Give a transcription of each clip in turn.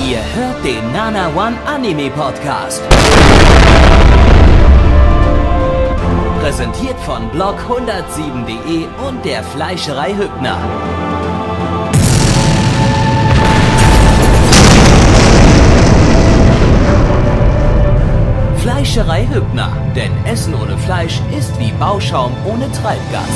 Ihr hört den Nana One Anime Podcast. Präsentiert von blog107.de und der Fleischerei Hübner. Fleischerei Hübner, denn Essen ohne Fleisch ist wie Bauschaum ohne Treibgas.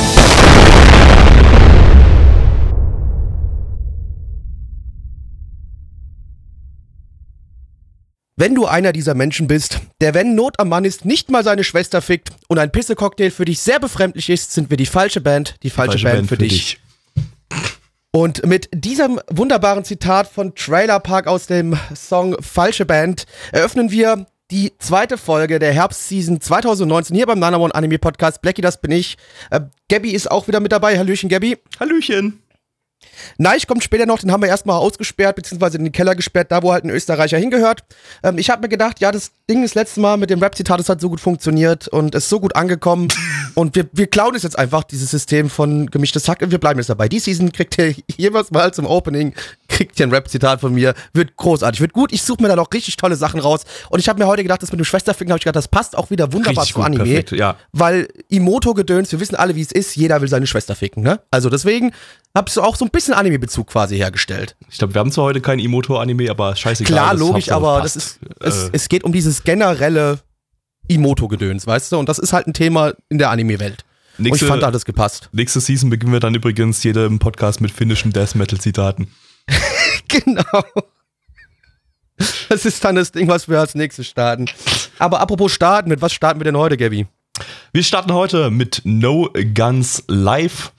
Wenn du einer dieser Menschen bist, der, wenn Not am Mann ist, nicht mal seine Schwester fickt und ein Pissecocktail für dich sehr befremdlich ist, sind wir die falsche Band Band für dich. Und mit diesem wunderbaren Zitat von Trailer Park aus dem Song Falsche Band eröffnen wir die zweite Folge der Herbstseason 2019 hier beim Nana One Anime Podcast. Blackie, das bin ich. Gabby ist auch wieder mit dabei. Hallöchen, Gabby. Hallöchen. Neich kommt später noch, den haben wir erstmal ausgesperrt, beziehungsweise in den Keller gesperrt, da wo halt ein Österreicher hingehört. Ich habe mir gedacht, ja, das Ding das letzte Mal mit dem Rap-Zitat, das hat so gut funktioniert und ist so gut angekommen. Und wir klauen es jetzt einfach, dieses System von Gemischtes Hack, und wir bleiben jetzt dabei. Die Season kriegt ihr jeweils mal zum Opening, kriegt ihr ein Rap-Zitat von mir. Wird großartig, wird gut. Ich suche mir da noch richtig tolle Sachen raus. Und ich habe mir heute gedacht, das mit dem Schwesterficken, habe ich gedacht, das passt auch wieder wunderbar richtig zu gut, Anime. Perfekt, ja. Weil Imoto-Gedöns, wir wissen alle, wie es ist, jeder will seine Schwester ficken, ne? Also deswegen habst du auch so ein bisschen Anime-Bezug quasi hergestellt. Ich glaube, wir haben zwar heute kein Imoto-Anime, aber scheißegal. Klar, logisch, aber das ist, es geht um dieses generelle Imoto-Gedöns, weißt du? Und das ist halt ein Thema in der Anime-Welt. Und ich fand, da hat es gepasst. Nächste Season beginnen wir dann übrigens jedem Podcast mit finnischen Death-Metal-Zitaten. Genau. Das ist dann das Ding, was wir als nächstes starten. Aber apropos starten, mit was starten wir denn heute, Gabby? Wir starten heute mit No Guns Live,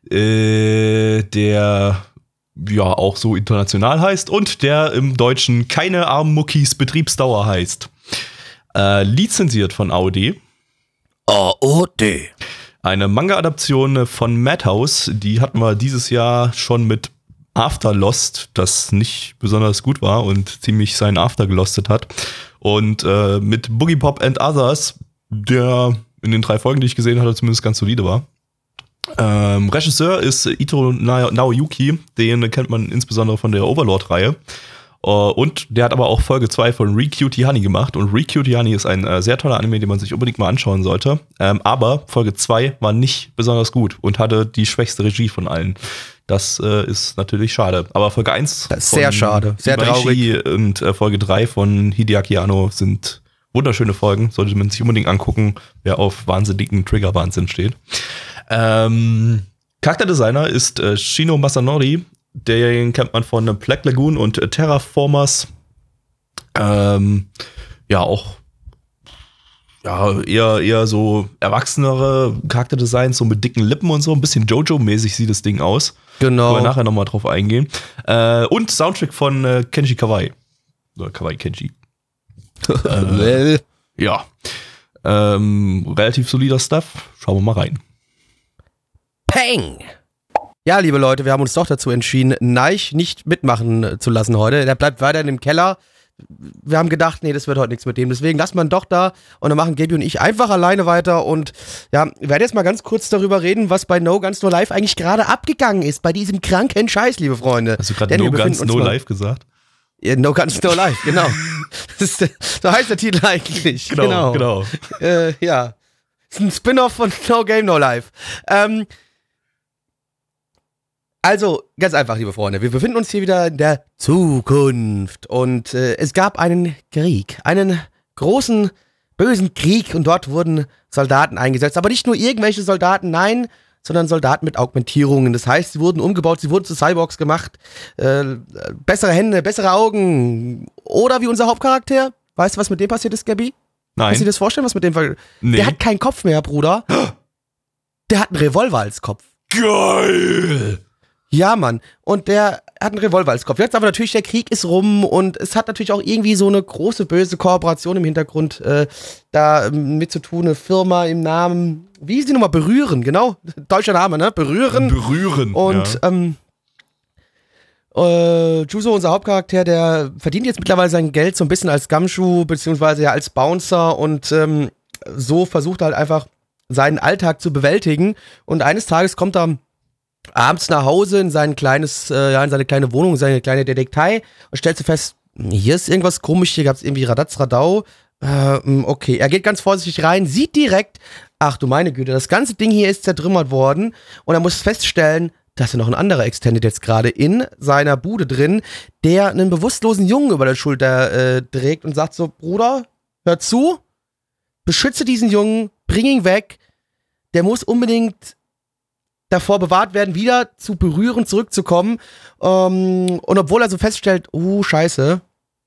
der ja auch so international heißt und der im Deutschen Keine armen Muckis Betriebsdauer heißt. Lizenziert von AOD. AOD. Eine Manga-Adaption von Madhouse, die hatten wir dieses Jahr schon mit After Lost, das nicht besonders gut war und ziemlich seinen After gelostet hat. Und mit Boogie Pop and Others, der in den 3 Folgen, die ich gesehen hatte, zumindest ganz solide war. Regisseur ist Ito Naoyuki, den kennt man insbesondere von der Overlord-Reihe. Und der hat aber auch Folge 2 von Re-Cutie Honey gemacht. Und Re-Cutie Honey ist ein sehr toller Anime, den man sich unbedingt mal anschauen sollte. Aber Folge 2 war nicht besonders gut und hatte die schwächste Regie von allen. Das ist natürlich schade. Aber Folge 1 das ist sehr schade, sehr traurig. Und Folge 3 von Hideaki Anno sind wunderschöne Folgen. Sollte man sich unbedingt angucken, wer auf wahnsinnigen Trigger-Wahnsinn steht. Charakterdesigner ist Shino Masanori. Den kennt man von Black Lagoon und Terraformers. Auch eher so erwachsenere Charakterdesigns, so mit dicken Lippen und so. Ein bisschen Jojo-mäßig sieht das Ding aus. Genau. Können wir nachher nochmal drauf eingehen. Und Soundtrack von Kenji Kawai. Oder Kawai Kenji. Ja. Relativ solider Stuff. Schauen wir mal rein. Peng! Ja, liebe Leute, wir haben uns doch dazu entschieden, Neich nicht mitmachen zu lassen heute. Der bleibt weiter im Keller. Wir haben gedacht, nee, das wird heute nichts mit dem. Deswegen lassen wir ihn doch da und dann machen Gaby und ich einfach alleine weiter. Und ja, ich werde jetzt mal ganz kurz darüber reden, was bei No Guns No Life eigentlich gerade abgegangen ist. Bei diesem kranken Scheiß, liebe Freunde. Hast du gerade No Guns No Life gesagt? Ja, No Guns No Life, genau. So heißt der Titel eigentlich. Genau. Ja, ist ein Spin-off von No Game No Life. Also, ganz einfach, liebe Freunde, wir befinden uns hier wieder in der Zukunft und es gab einen Krieg, einen großen, bösen Krieg und dort wurden Soldaten eingesetzt, aber nicht nur irgendwelche Soldaten, nein, sondern Soldaten mit Augmentierungen, das heißt, sie wurden umgebaut, sie wurden zu Cyborgs gemacht, bessere Hände, bessere Augen oder wie unser Hauptcharakter, weißt du, was mit dem passiert ist, Gabby? Nein. Kannst du dir das vorstellen, was mit dem Nee. Der hat keinen Kopf mehr, Bruder. Der hat einen Revolver als Kopf. Geil! Ja, Mann. Und der hat einen Revolver als Kopf. Jetzt aber natürlich, der Krieg ist rum und es hat natürlich auch irgendwie so eine große, böse Kooperation im Hintergrund da mit zu tun. Eine Firma im Namen, wie hieß die nochmal? Berühren, genau. Deutscher Name, ne? Berühren. Und Juzo, unser Hauptcharakter, der verdient jetzt mittlerweile sein Geld so ein bisschen als Gumshoe, beziehungsweise ja als Bouncer und so versucht er halt einfach seinen Alltag zu bewältigen. Und eines Tages kommt er abends nach Hause in sein kleines, in seine kleine Wohnung, seine kleine Detektei und stellst du fest, hier ist irgendwas komisch, hier gab es irgendwie Radau. Okay, er geht ganz vorsichtig rein, sieht direkt, ach du meine Güte, das ganze Ding hier ist zertrümmert worden und er muss feststellen, dass noch ein anderer Extended jetzt gerade in seiner Bude drin, der einen bewusstlosen Jungen über der Schulter trägt und sagt so, Bruder, hör zu, beschütze diesen Jungen, bring ihn weg, der muss unbedingt davor bewahrt werden, wieder zu berühren, zurückzukommen. Und obwohl er so feststellt, scheiße,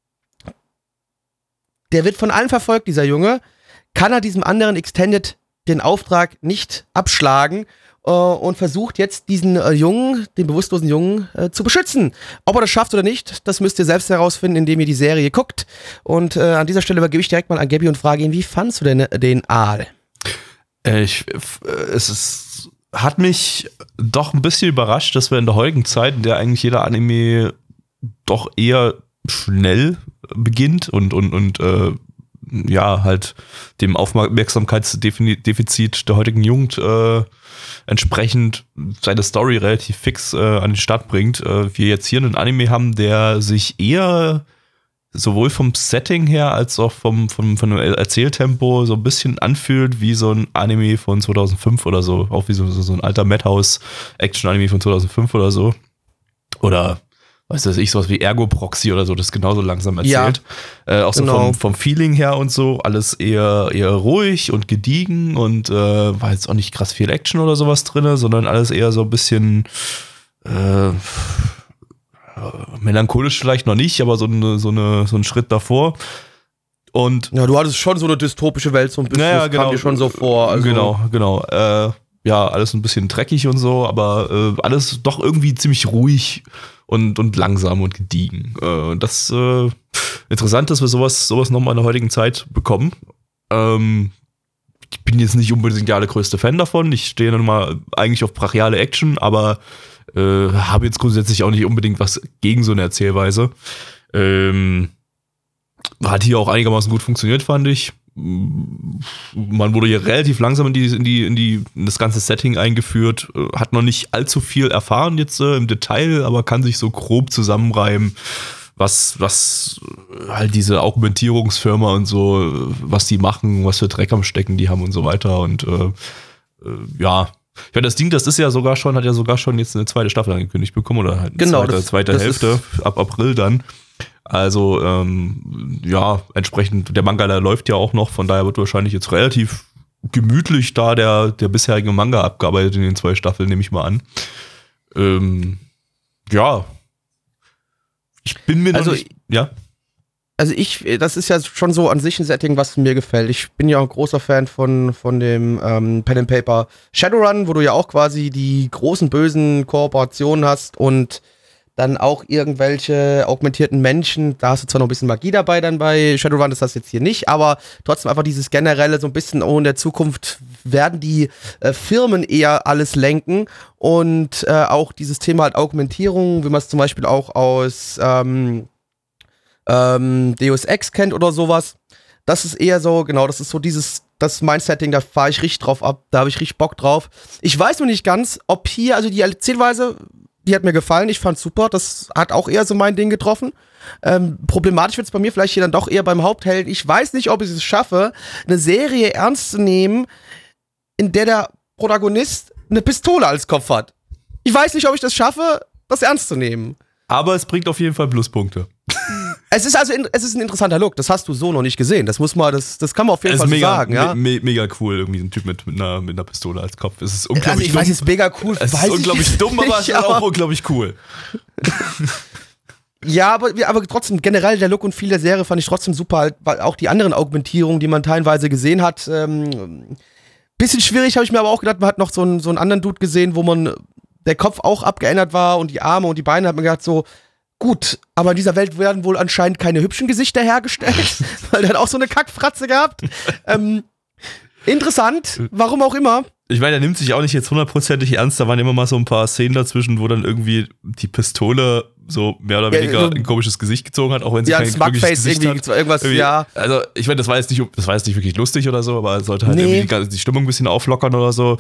der wird von allen verfolgt, dieser Junge, kann er diesem anderen Extended den Auftrag nicht abschlagen und versucht jetzt diesen Jungen, den bewusstlosen Jungen, zu beschützen. Ob er das schafft oder nicht, das müsst ihr selbst herausfinden, indem ihr die Serie guckt. Und an dieser Stelle übergebe ich direkt mal an Gabby und frage ihn, wie fandst du denn den Aal? Hat mich doch ein bisschen überrascht, dass wir in der heutigen Zeit, in der eigentlich jeder Anime doch eher schnell beginnt und halt dem Aufmerksamkeitsdefizit der heutigen Jugend entsprechend seine Story relativ fix an den Start bringt. Wir jetzt hier einen Anime haben, der sich eher sowohl vom Setting her als auch vom Erzähltempo so ein bisschen anfühlt wie so ein Anime von 2005 oder so. Auch wie so ein alter Madhouse-Action-Anime von 2005 oder so. Oder, was weiß ich, sowas wie Ergo Proxy oder so, das ist genauso langsam erzählt. Ja, auch so genau. vom Feeling her und so, alles eher ruhig und gediegen und war jetzt auch nicht krass viel Action oder sowas drin, sondern alles eher so ein bisschen melancholisch vielleicht noch nicht, aber so ein Schritt davor. Und ja, du hattest schon so eine dystopische Welt, so ein bisschen, naja, das kam dir schon so vor. Also. Genau. Ja, alles ein bisschen dreckig und so, aber alles doch irgendwie ziemlich ruhig und langsam und gediegen. Das interessant, dass wir sowas nochmal in der heutigen Zeit bekommen. Ich bin jetzt nicht unbedingt der größte Fan davon. Ich stehe nun mal eigentlich auf brachiale Action, aber habe jetzt grundsätzlich auch nicht unbedingt was gegen so eine Erzählweise. Hat hier auch einigermaßen gut funktioniert, fand ich. Man wurde hier relativ langsam in das ganze Setting eingeführt, hat noch nicht allzu viel erfahren jetzt im Detail, aber kann sich so grob zusammenreimen, was halt diese Augmentierungsfirma und so, was die machen, was für Dreck am Stecken die haben und so weiter und ja. Ja, das Ding, hat ja sogar schon jetzt eine zweite Staffel angekündigt bekommen oder halt eine zweite Hälfte ab April dann. Also, ja, entsprechend, der Manga, der läuft ja auch noch, von daher wird wahrscheinlich jetzt relativ gemütlich da der bisherige Manga abgearbeitet in den 2 Staffeln, nehme ich mal an. Ja. Ich bin mir noch nicht, ja. Also das ist ja schon so an sich ein Setting, was mir gefällt. Ich bin ja auch ein großer Fan von dem Pen and Paper Shadowrun, wo du ja auch quasi die großen bösen Kooperationen hast und dann auch irgendwelche augmentierten Menschen. Da hast du zwar noch ein bisschen Magie dabei dann bei Shadowrun, das hast du jetzt hier nicht, aber trotzdem einfach dieses generelle so ein bisschen, in der Zukunft werden die Firmen eher alles lenken und auch dieses Thema halt Augmentierung, wie man es zum Beispiel auch aus Deus Ex kennt oder sowas. Das ist eher so, genau, das ist so das Mindsetting, da fahre ich richtig drauf ab, da habe ich richtig Bock drauf. Ich weiß nur nicht ganz, ob hier, also die Erzählweise, die hat mir gefallen, ich fand's super, das hat auch eher so mein Ding getroffen. Problematisch wird's bei mir vielleicht hier dann doch eher beim Haupthelden. Ich weiß nicht, ob ich es schaffe, eine Serie ernst zu nehmen, in der der Protagonist eine Pistole als Kopf hat. Ich weiß nicht, ob ich das schaffe, das ernst zu nehmen. Aber es bringt auf jeden Fall Pluspunkte. Es ist ein interessanter Look, das hast du so noch nicht gesehen. Das kann man auf jeden Fall so sagen, ja. Mega cool, irgendwie so ein Typ mit einer Pistole als Kopf. Es ist unglaublich dumm. Ich weiß, es ist mega cool. Es ist unglaublich dumm, aber es ist auch unglaublich cool. Ja, aber trotzdem, generell der Look und viel der Serie fand ich trotzdem super, halt, weil auch die anderen Augmentierungen, die man teilweise gesehen hat, bisschen schwierig, habe ich mir aber auch gedacht, man hat noch so einen anderen Dude gesehen, wo der Kopf auch abgeändert war und die Arme und die Beine, hat man gedacht so, gut, aber in dieser Welt werden wohl anscheinend keine hübschen Gesichter hergestellt, weil der hat auch so eine Kackfratze gehabt. Interessant, warum auch immer. Ich meine, er nimmt sich auch nicht jetzt 100%ig ernst, da waren immer mal so ein paar Szenen dazwischen, wo dann irgendwie die Pistole so mehr oder weniger so ein komisches Gesicht gezogen hat, auch wenn sie Ja, kein ein wirkliches Smugface Gesicht irgendwie, hat. irgendwas, ja. Also ich meine, das war jetzt nicht wirklich lustig oder so, aber es sollte halt Nee. irgendwie die Stimmung ein bisschen auflockern oder so.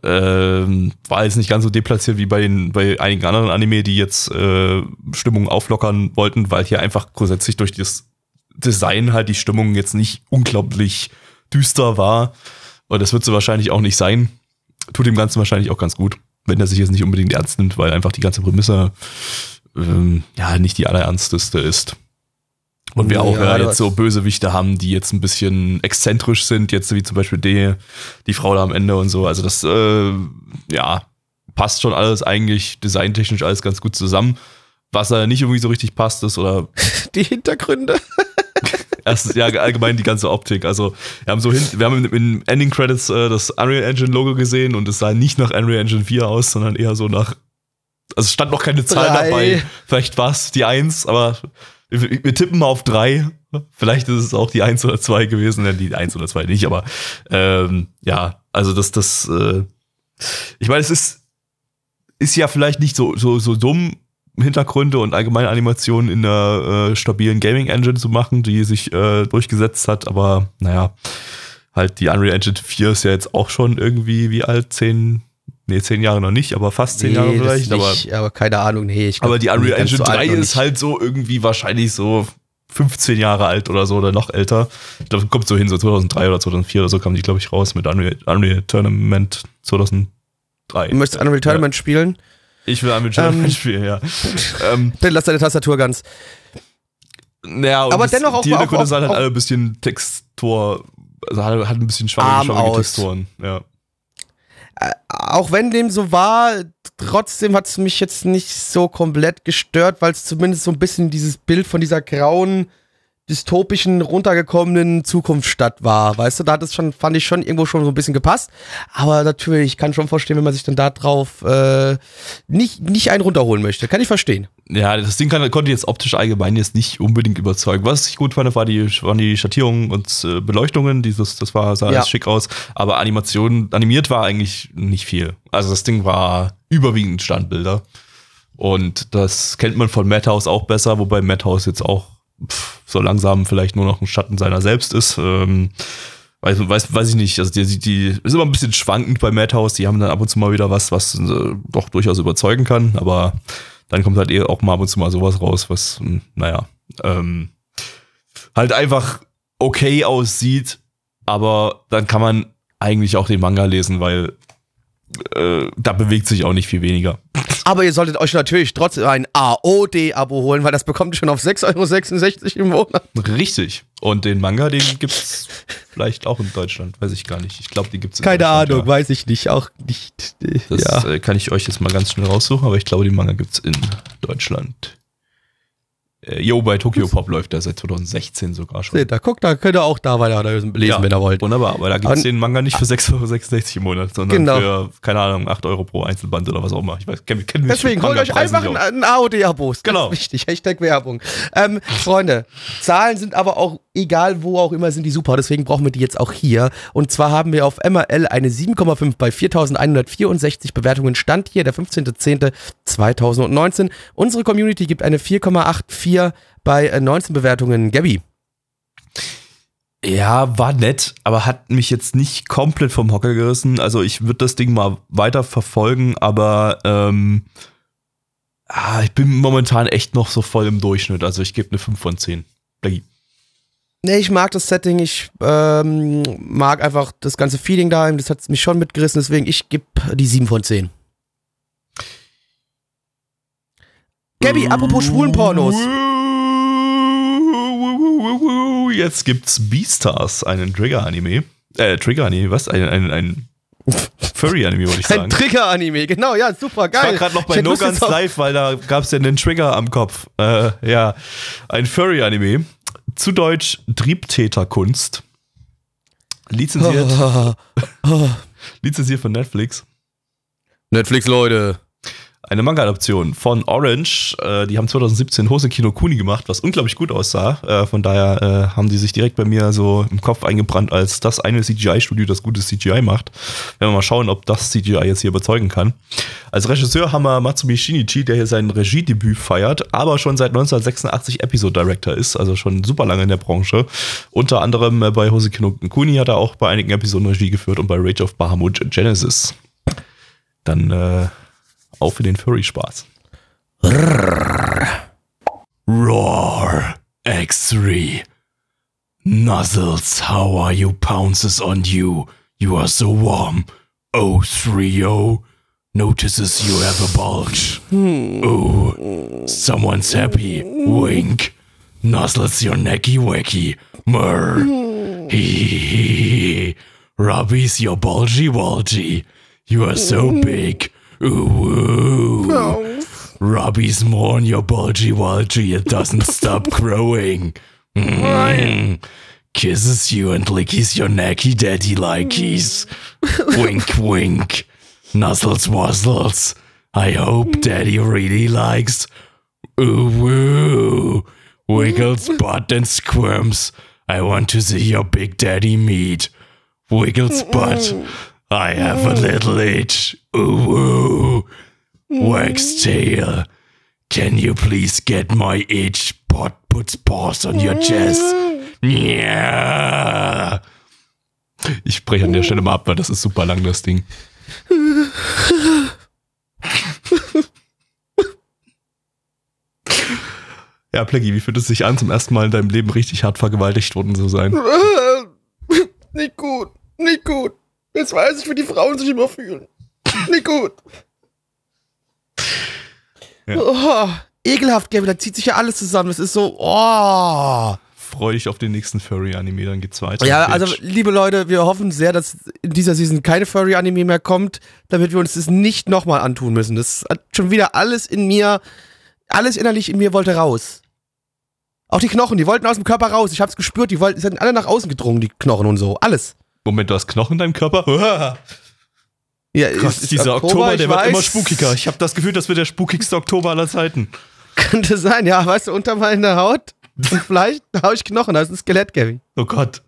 War jetzt nicht ganz so deplatziert wie bei einigen anderen Anime, die jetzt Stimmung auflockern wollten, weil hier einfach grundsätzlich durch das Design halt die Stimmung jetzt nicht unglaublich düster war. Und das wird sie wahrscheinlich auch nicht sein. Tut dem Ganzen wahrscheinlich auch ganz gut, wenn er sich jetzt nicht unbedingt ernst nimmt, weil einfach die ganze Prämisse nicht die allerernsteste ist. Und wir auch jetzt so Bösewichte haben, die jetzt ein bisschen exzentrisch sind, jetzt wie zum Beispiel die Frau da am Ende und so. Also das, passt schon alles eigentlich designtechnisch alles ganz gut zusammen. Was da nicht irgendwie so richtig passt ist oder Die Hintergründe. erstens, ja, allgemein die ganze Optik. Also, wir haben in Ending Credits das Unreal Engine Logo gesehen und es sah nicht nach Unreal Engine 4 aus, sondern eher so nach, also es stand noch keine Zahl 3. dabei. Vielleicht war es die 1, aber wir tippen mal auf 3. Vielleicht ist es auch die 1 oder 2 gewesen, denn die 1 oder 2 nicht, aber also ich meine, es ist ja vielleicht nicht so dumm, Hintergründe und allgemeine Animationen in einer stabilen Gaming-Engine zu machen, die sich durchgesetzt hat, aber naja, halt die Unreal Engine 4 ist ja jetzt auch schon irgendwie wie alt? 10 Jahre noch nicht, aber fast 10 Jahre vielleicht. Aber keine Ahnung, ich glaub, aber die Unreal ganz Engine so alt 3 noch ist nicht. halt so irgendwie wahrscheinlich so 15 Jahre alt oder so oder noch älter. Ich glaube, kommt so hin, so 2003 oder 2004 oder so kam die, glaube ich, raus mit Unreal Tournament 2003. Du möchtest Unreal Tournament spielen? Ich will Unreal Tournament spielen, ja. Dann lass deine Tastatur ganz. Naja, und Aber dennoch auch- die Hintergründe sahen halt auch- alle ein bisschen Textur, also hat ein bisschen schwammige aus. Texturen, ja. Auch wenn dem so war, trotzdem hat es mich jetzt nicht so komplett gestört, weil es zumindest so ein bisschen dieses Bild von dieser grauen, dystopischen, runtergekommenen Zukunftsstadt war. Weißt du, da hat es schon, fand ich schon irgendwo schon so ein bisschen gepasst. Aber natürlich, ich kann schon verstehen, wenn man sich dann da drauf nicht einen runterholen möchte. Kann ich verstehen. Ja, das Ding konnte jetzt optisch allgemein jetzt nicht unbedingt überzeugen. Was ich gut fand, waren die Schattierungen und Beleuchtungen. Das sah alles schick aus. Aber animiert war eigentlich nicht viel. Also das Ding war überwiegend Standbilder. Und das kennt man von Madhouse auch besser, wobei Madhouse jetzt auch so langsam vielleicht nur noch ein Schatten seiner selbst ist. Weiß ich nicht. Also die ist immer ein bisschen schwankend bei Madhouse. Die haben dann ab und zu mal wieder was doch durchaus überzeugen kann. Aber dann kommt halt auch mal ab und zu mal sowas raus, was, halt einfach okay aussieht. Aber dann kann man eigentlich auch den Manga lesen, weil da bewegt sich auch nicht viel weniger. Aber ihr solltet euch natürlich trotzdem ein AOD-Abo holen, weil das bekommt ihr schon auf 6,66 € im Monat. Richtig. Und den Manga, den gibt's vielleicht auch in Deutschland. Weiß ich gar nicht. Ich glaube, die gibt's in Keine Deutschland. Ahnung, weiß ich nicht, auch nicht. Das kann ich euch jetzt mal ganz schnell raussuchen, aber ich glaube, den Manga gibt's in Deutschland. Bei Tokyo Pop läuft der seit 2016 sogar schon. Seht ihr, guckt, da könnt ihr auch da weiter lesen, wenn ihr wollt. Wunderbar, aber da gibt es den Manga nicht für 6,66 € im Monat, sondern Genau. für, keine Ahnung, 8 € pro Einzelband oder was auch immer. Ich weiß, kenn mich Deswegen mit holt euch Manga-Preisen einfach nicht aus. ein AOD-Abo. Genau. Das ist wichtig. Hashtag Werbung. Freunde, Zahlen sind aber auch, egal wo auch immer, sind die super. Deswegen brauchen wir die jetzt auch hier. Und zwar haben wir auf MRL eine 7,5 bei 4.164 Bewertungen. Stand hier der 15.10.2019. Unsere Community gibt eine 4,84 bei 19 Bewertungen. Gabby. Ja, war nett, aber hat mich jetzt nicht komplett vom Hocker gerissen. Also ich würde das Ding mal weiter verfolgen, aber ich bin momentan echt noch so voll im Durchschnitt. Also ich gebe eine 5 von 10. Blackie. Nee, ich mag das Setting, ich mag einfach das ganze Feeling da, das hat mich schon mitgerissen, deswegen ich gebe die 7 von 10. Gabby, apropos Schwulenpornos. Jetzt gibt's Beastars, einen Trigger-Anime. Was? Ein Furry-Anime, wollte ich sagen. Ein Trigger-Anime, genau, ja, super, geil. Ich war gerade noch bei No Guns Live, weil da gab's ja einen Trigger am Kopf. Ein Furry-Anime. Zu Deutsch Triebtäterkunst. Lizenziert von Netflix. Netflix, Leute. eine Manga-Adaption von Orange. Die haben 2017 Hoseki no Kuni gemacht, was unglaublich gut aussah. Von daher haben die sich direkt bei mir so im Kopf eingebrannt als das eine CGI-Studio, das gutes CGI macht. Werden wir mal schauen, ob das CGI jetzt hier überzeugen kann. Als Regisseur haben wir Matsumi Shinichi, der hier sein Regiedebüt feiert, aber schon seit 1986 Episode-Director ist, also schon super lange in der Branche. Unter anderem bei Hoseki no Kuni hat er auch bei einigen Episoden Regie geführt und bei Rage of Bahamut Genesis. Dann auf für den Furry-Spaß. Roar X3 Nuzzles, how are you? Pounces on you. You are so warm. O30 notices you have a bulge. Oh, someone's happy. Wink. Nuzzles your necky wacky. Murr. Hee. Robbie's your bulgy walgy. You are so big. Ooh. Robbie's more on your bulgy walgy. It doesn't stop growing. Kisses you and lickies your necky daddy likies. Wink wink. Nuzzles wuzzles. I hope daddy really likes. Ooh. Wiggles butt and squirms. I want to see your big daddy meat. Wiggles butt. I have a little itch. Ooh. Wax tail. Can you please get my itch? Pot puts paws on your chest. Yeah. Ich spreche an der Stelle mal ab, weil das ist super lang, das Ding. Ja, Pleggy, wie fühlt es sich an, zum ersten Mal in deinem Leben richtig hart vergewaltigt worden zu sein? Nicht gut, nicht gut. Jetzt weiß ich, wie die Frauen sich immer fühlen. Nicht gut. Ja. Oh, ekelhaft, Gavin, da zieht sich ja alles zusammen. Es ist so, oh. Freu dich auf den nächsten Furry-Anime, dann geht's weiter. Ja, also, liebe Leute, wir hoffen sehr, dass in dieser Season keine Furry-Anime mehr kommt, damit wir uns das nicht nochmal antun müssen. Das hat schon wieder alles in mir, alles innerlich in mir wollte raus. Auch die Knochen, die wollten aus dem Körper raus. Ich hab's gespürt, die sind alle nach außen gedrungen, die Knochen und so. Alles. Moment, du hast Knochen in deinem Körper? Ja, krass, dieser Oktober, der wird immer spukiger. Ich habe das Gefühl, das wird der spukigste Oktober aller Zeiten. Könnte sein, ja, weißt du, unter meiner Haut und Fleisch, da hau ich Knochen, da ist ein Skelett, Kevin. Oh Gott.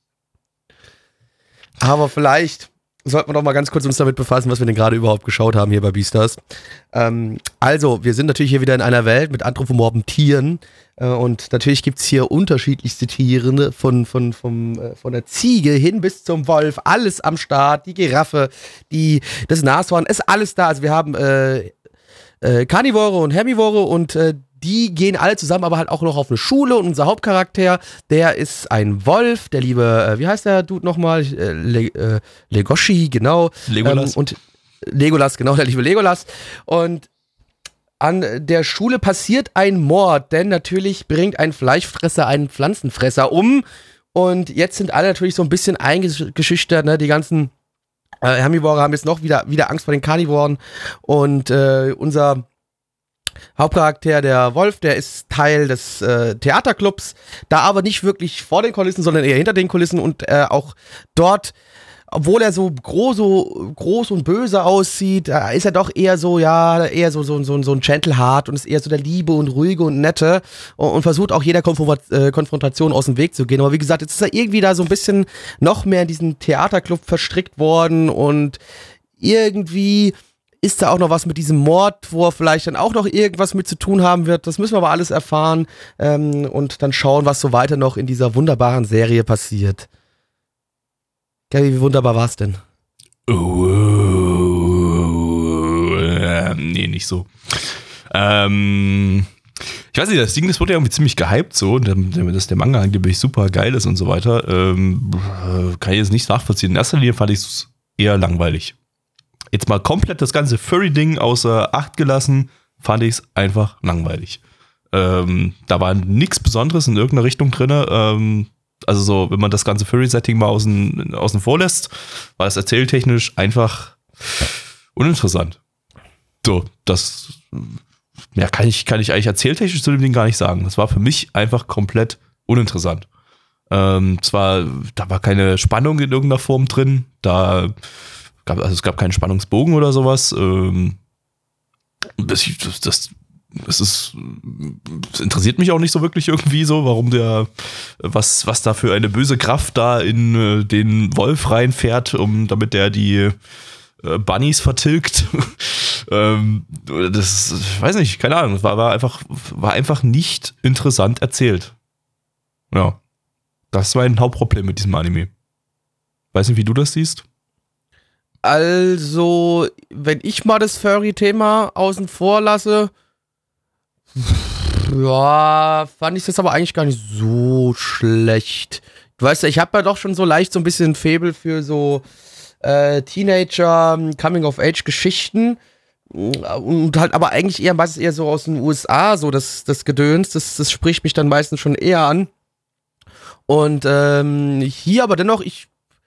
Aber vielleicht sollten wir doch mal ganz kurz uns damit befassen, was wir denn gerade überhaupt geschaut haben hier bei Beastars. Also, wir sind natürlich hier wieder in einer Welt mit anthropomorphen Tieren und natürlich gibt's hier unterschiedlichste Tiere von der Ziege hin bis zum Wolf, alles am Start, die Giraffe, das Nashorn, ist alles da. Also wir haben Karnivore und Herbivore und die gehen alle zusammen, aber halt auch noch auf eine Schule und unser Hauptcharakter, der ist ein Wolf, der liebe, wie heißt der Dude nochmal? Legoshi, genau. Legolas. Und Legolas, genau, der liebe Legolas. Und an der Schule passiert ein Mord, denn natürlich bringt ein Fleischfresser einen Pflanzenfresser um. Und jetzt sind alle natürlich so ein bisschen eingeschüchtert, ne? Die ganzen Herbivore haben jetzt noch wieder Angst vor den Karnivoren. Und unser Hauptcharakter, der Wolf, der ist Teil des Theaterclubs, da aber nicht wirklich vor den Kulissen, sondern eher hinter den Kulissen und auch dort, obwohl er so groß und böse aussieht, ist er doch eher so, ja, eher so ein Gentleheart und ist eher so der Liebe und Ruhige und Nette und versucht auch jeder Konfrontation aus dem Weg zu gehen. Aber wie gesagt, jetzt ist er irgendwie da so ein bisschen noch mehr in diesen Theaterclub verstrickt worden und irgendwie ist da auch noch was mit diesem Mord, wo er vielleicht dann auch noch irgendwas mit zu tun haben wird. Das müssen wir aber alles erfahren und dann schauen, was so weiter noch in dieser wunderbaren Serie passiert. Gabi, wie wunderbar war's denn? Nee, nicht so. Ich weiß nicht, das Ding, das wurde ja irgendwie ziemlich gehypt so, dass der Manga angeblich super geil ist und so weiter. Kann ich jetzt nicht nachvollziehen. In erster Linie fand ich es eher langweilig. Jetzt mal komplett das ganze Furry-Ding außer Acht gelassen, fand ich es einfach langweilig. Da war nichts Besonderes in irgendeiner Richtung drin. Also so, wenn man das ganze Furry-Setting mal außen vor lässt, war das erzähltechnisch einfach uninteressant. So, das kann ich eigentlich erzähltechnisch zu dem Ding gar nicht sagen. Das war für mich einfach komplett uninteressant. Da war keine Spannung in irgendeiner Form drin, es gab keinen Spannungsbogen oder sowas. Das interessiert mich auch nicht so wirklich irgendwie so, warum was da für eine böse Kraft da in den Wolf reinfährt, damit der die Bunnies vertilgt. Das, ich weiß nicht, keine Ahnung, war einfach nicht interessant erzählt. Ja. Das war ein Hauptproblem mit diesem Anime. Weiß nicht, wie du das siehst? Also, wenn ich mal das Furry-Thema außen vor lasse, ja, fand ich das aber eigentlich gar nicht so schlecht. Du weißt ja, ich habe ja doch schon so leicht so ein bisschen Faible für so Teenager, Coming-of-Age-Geschichten und halt aber eigentlich meistens eher so aus den USA, so das Gedöns, das spricht mich dann meistens schon eher an. Und hier aber dennoch, ich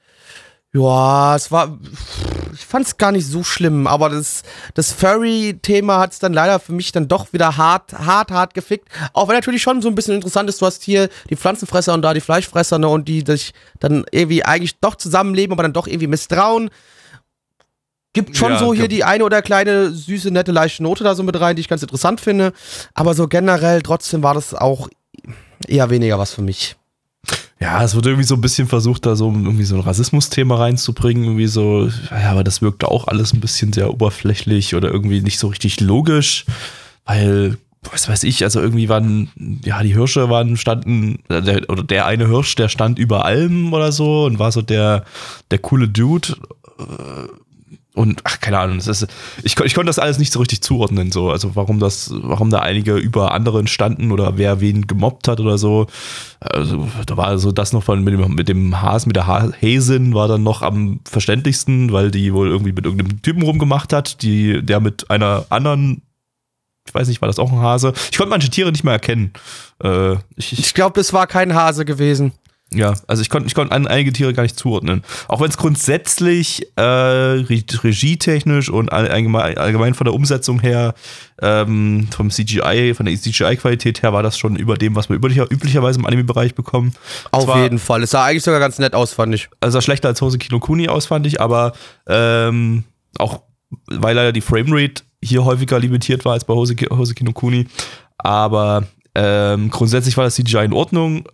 fand's gar nicht so schlimm, aber das Furry-Thema hat's dann leider für mich dann doch wieder hart gefickt. Auch wenn natürlich schon so ein bisschen interessant ist, du hast hier die Pflanzenfresser und da die Fleischfresser, ne, und die sich dann irgendwie eigentlich doch zusammenleben, aber dann doch irgendwie misstrauen. Gibt schon hier die eine oder kleine, süße, nette, leichte Note da so mit rein, die ich ganz interessant finde. Aber so generell trotzdem war das auch eher weniger was für mich. Ja, es wurde irgendwie so ein bisschen versucht, da so irgendwie so ein Rassismus-Thema reinzubringen, irgendwie so, ja, aber das wirkte auch alles ein bisschen sehr oberflächlich oder irgendwie nicht so richtig logisch, weil, was weiß ich, also irgendwie die Hirsche standen, der eine Hirsch, der stand über allem oder so und war so der coole Dude. Und keine Ahnung, ich konnte das alles nicht so richtig zuordnen, so, also warum da einige über anderen standen oder wer wen gemobbt hat oder so. Also da war so das noch mit dem Hasen, mit der Häsin war dann noch am verständlichsten, weil die wohl irgendwie mit irgendeinem Typen rumgemacht hat, der mit einer anderen, ich weiß nicht, war das auch ein Hase? Ich konnte manche Tiere nicht mehr erkennen. Ich glaube, das war kein Hase gewesen. Ja, also ich konnte einige Tiere gar nicht zuordnen. Auch wenn es grundsätzlich regietechnisch und allgemein von der Umsetzung her, vom CGI, von der CGI-Qualität her, war das schon über dem, was wir üblicherweise im Anime-Bereich bekommen. Auf jeden Fall. Es sah eigentlich sogar ganz nett aus, fand ich. Also schlechter als Hoseki no Kuni aus, fand ich, aber auch weil leider die Framerate hier häufiger limitiert war als bei Hoseki no Kuni. Aber grundsätzlich war das CGI in Ordnung.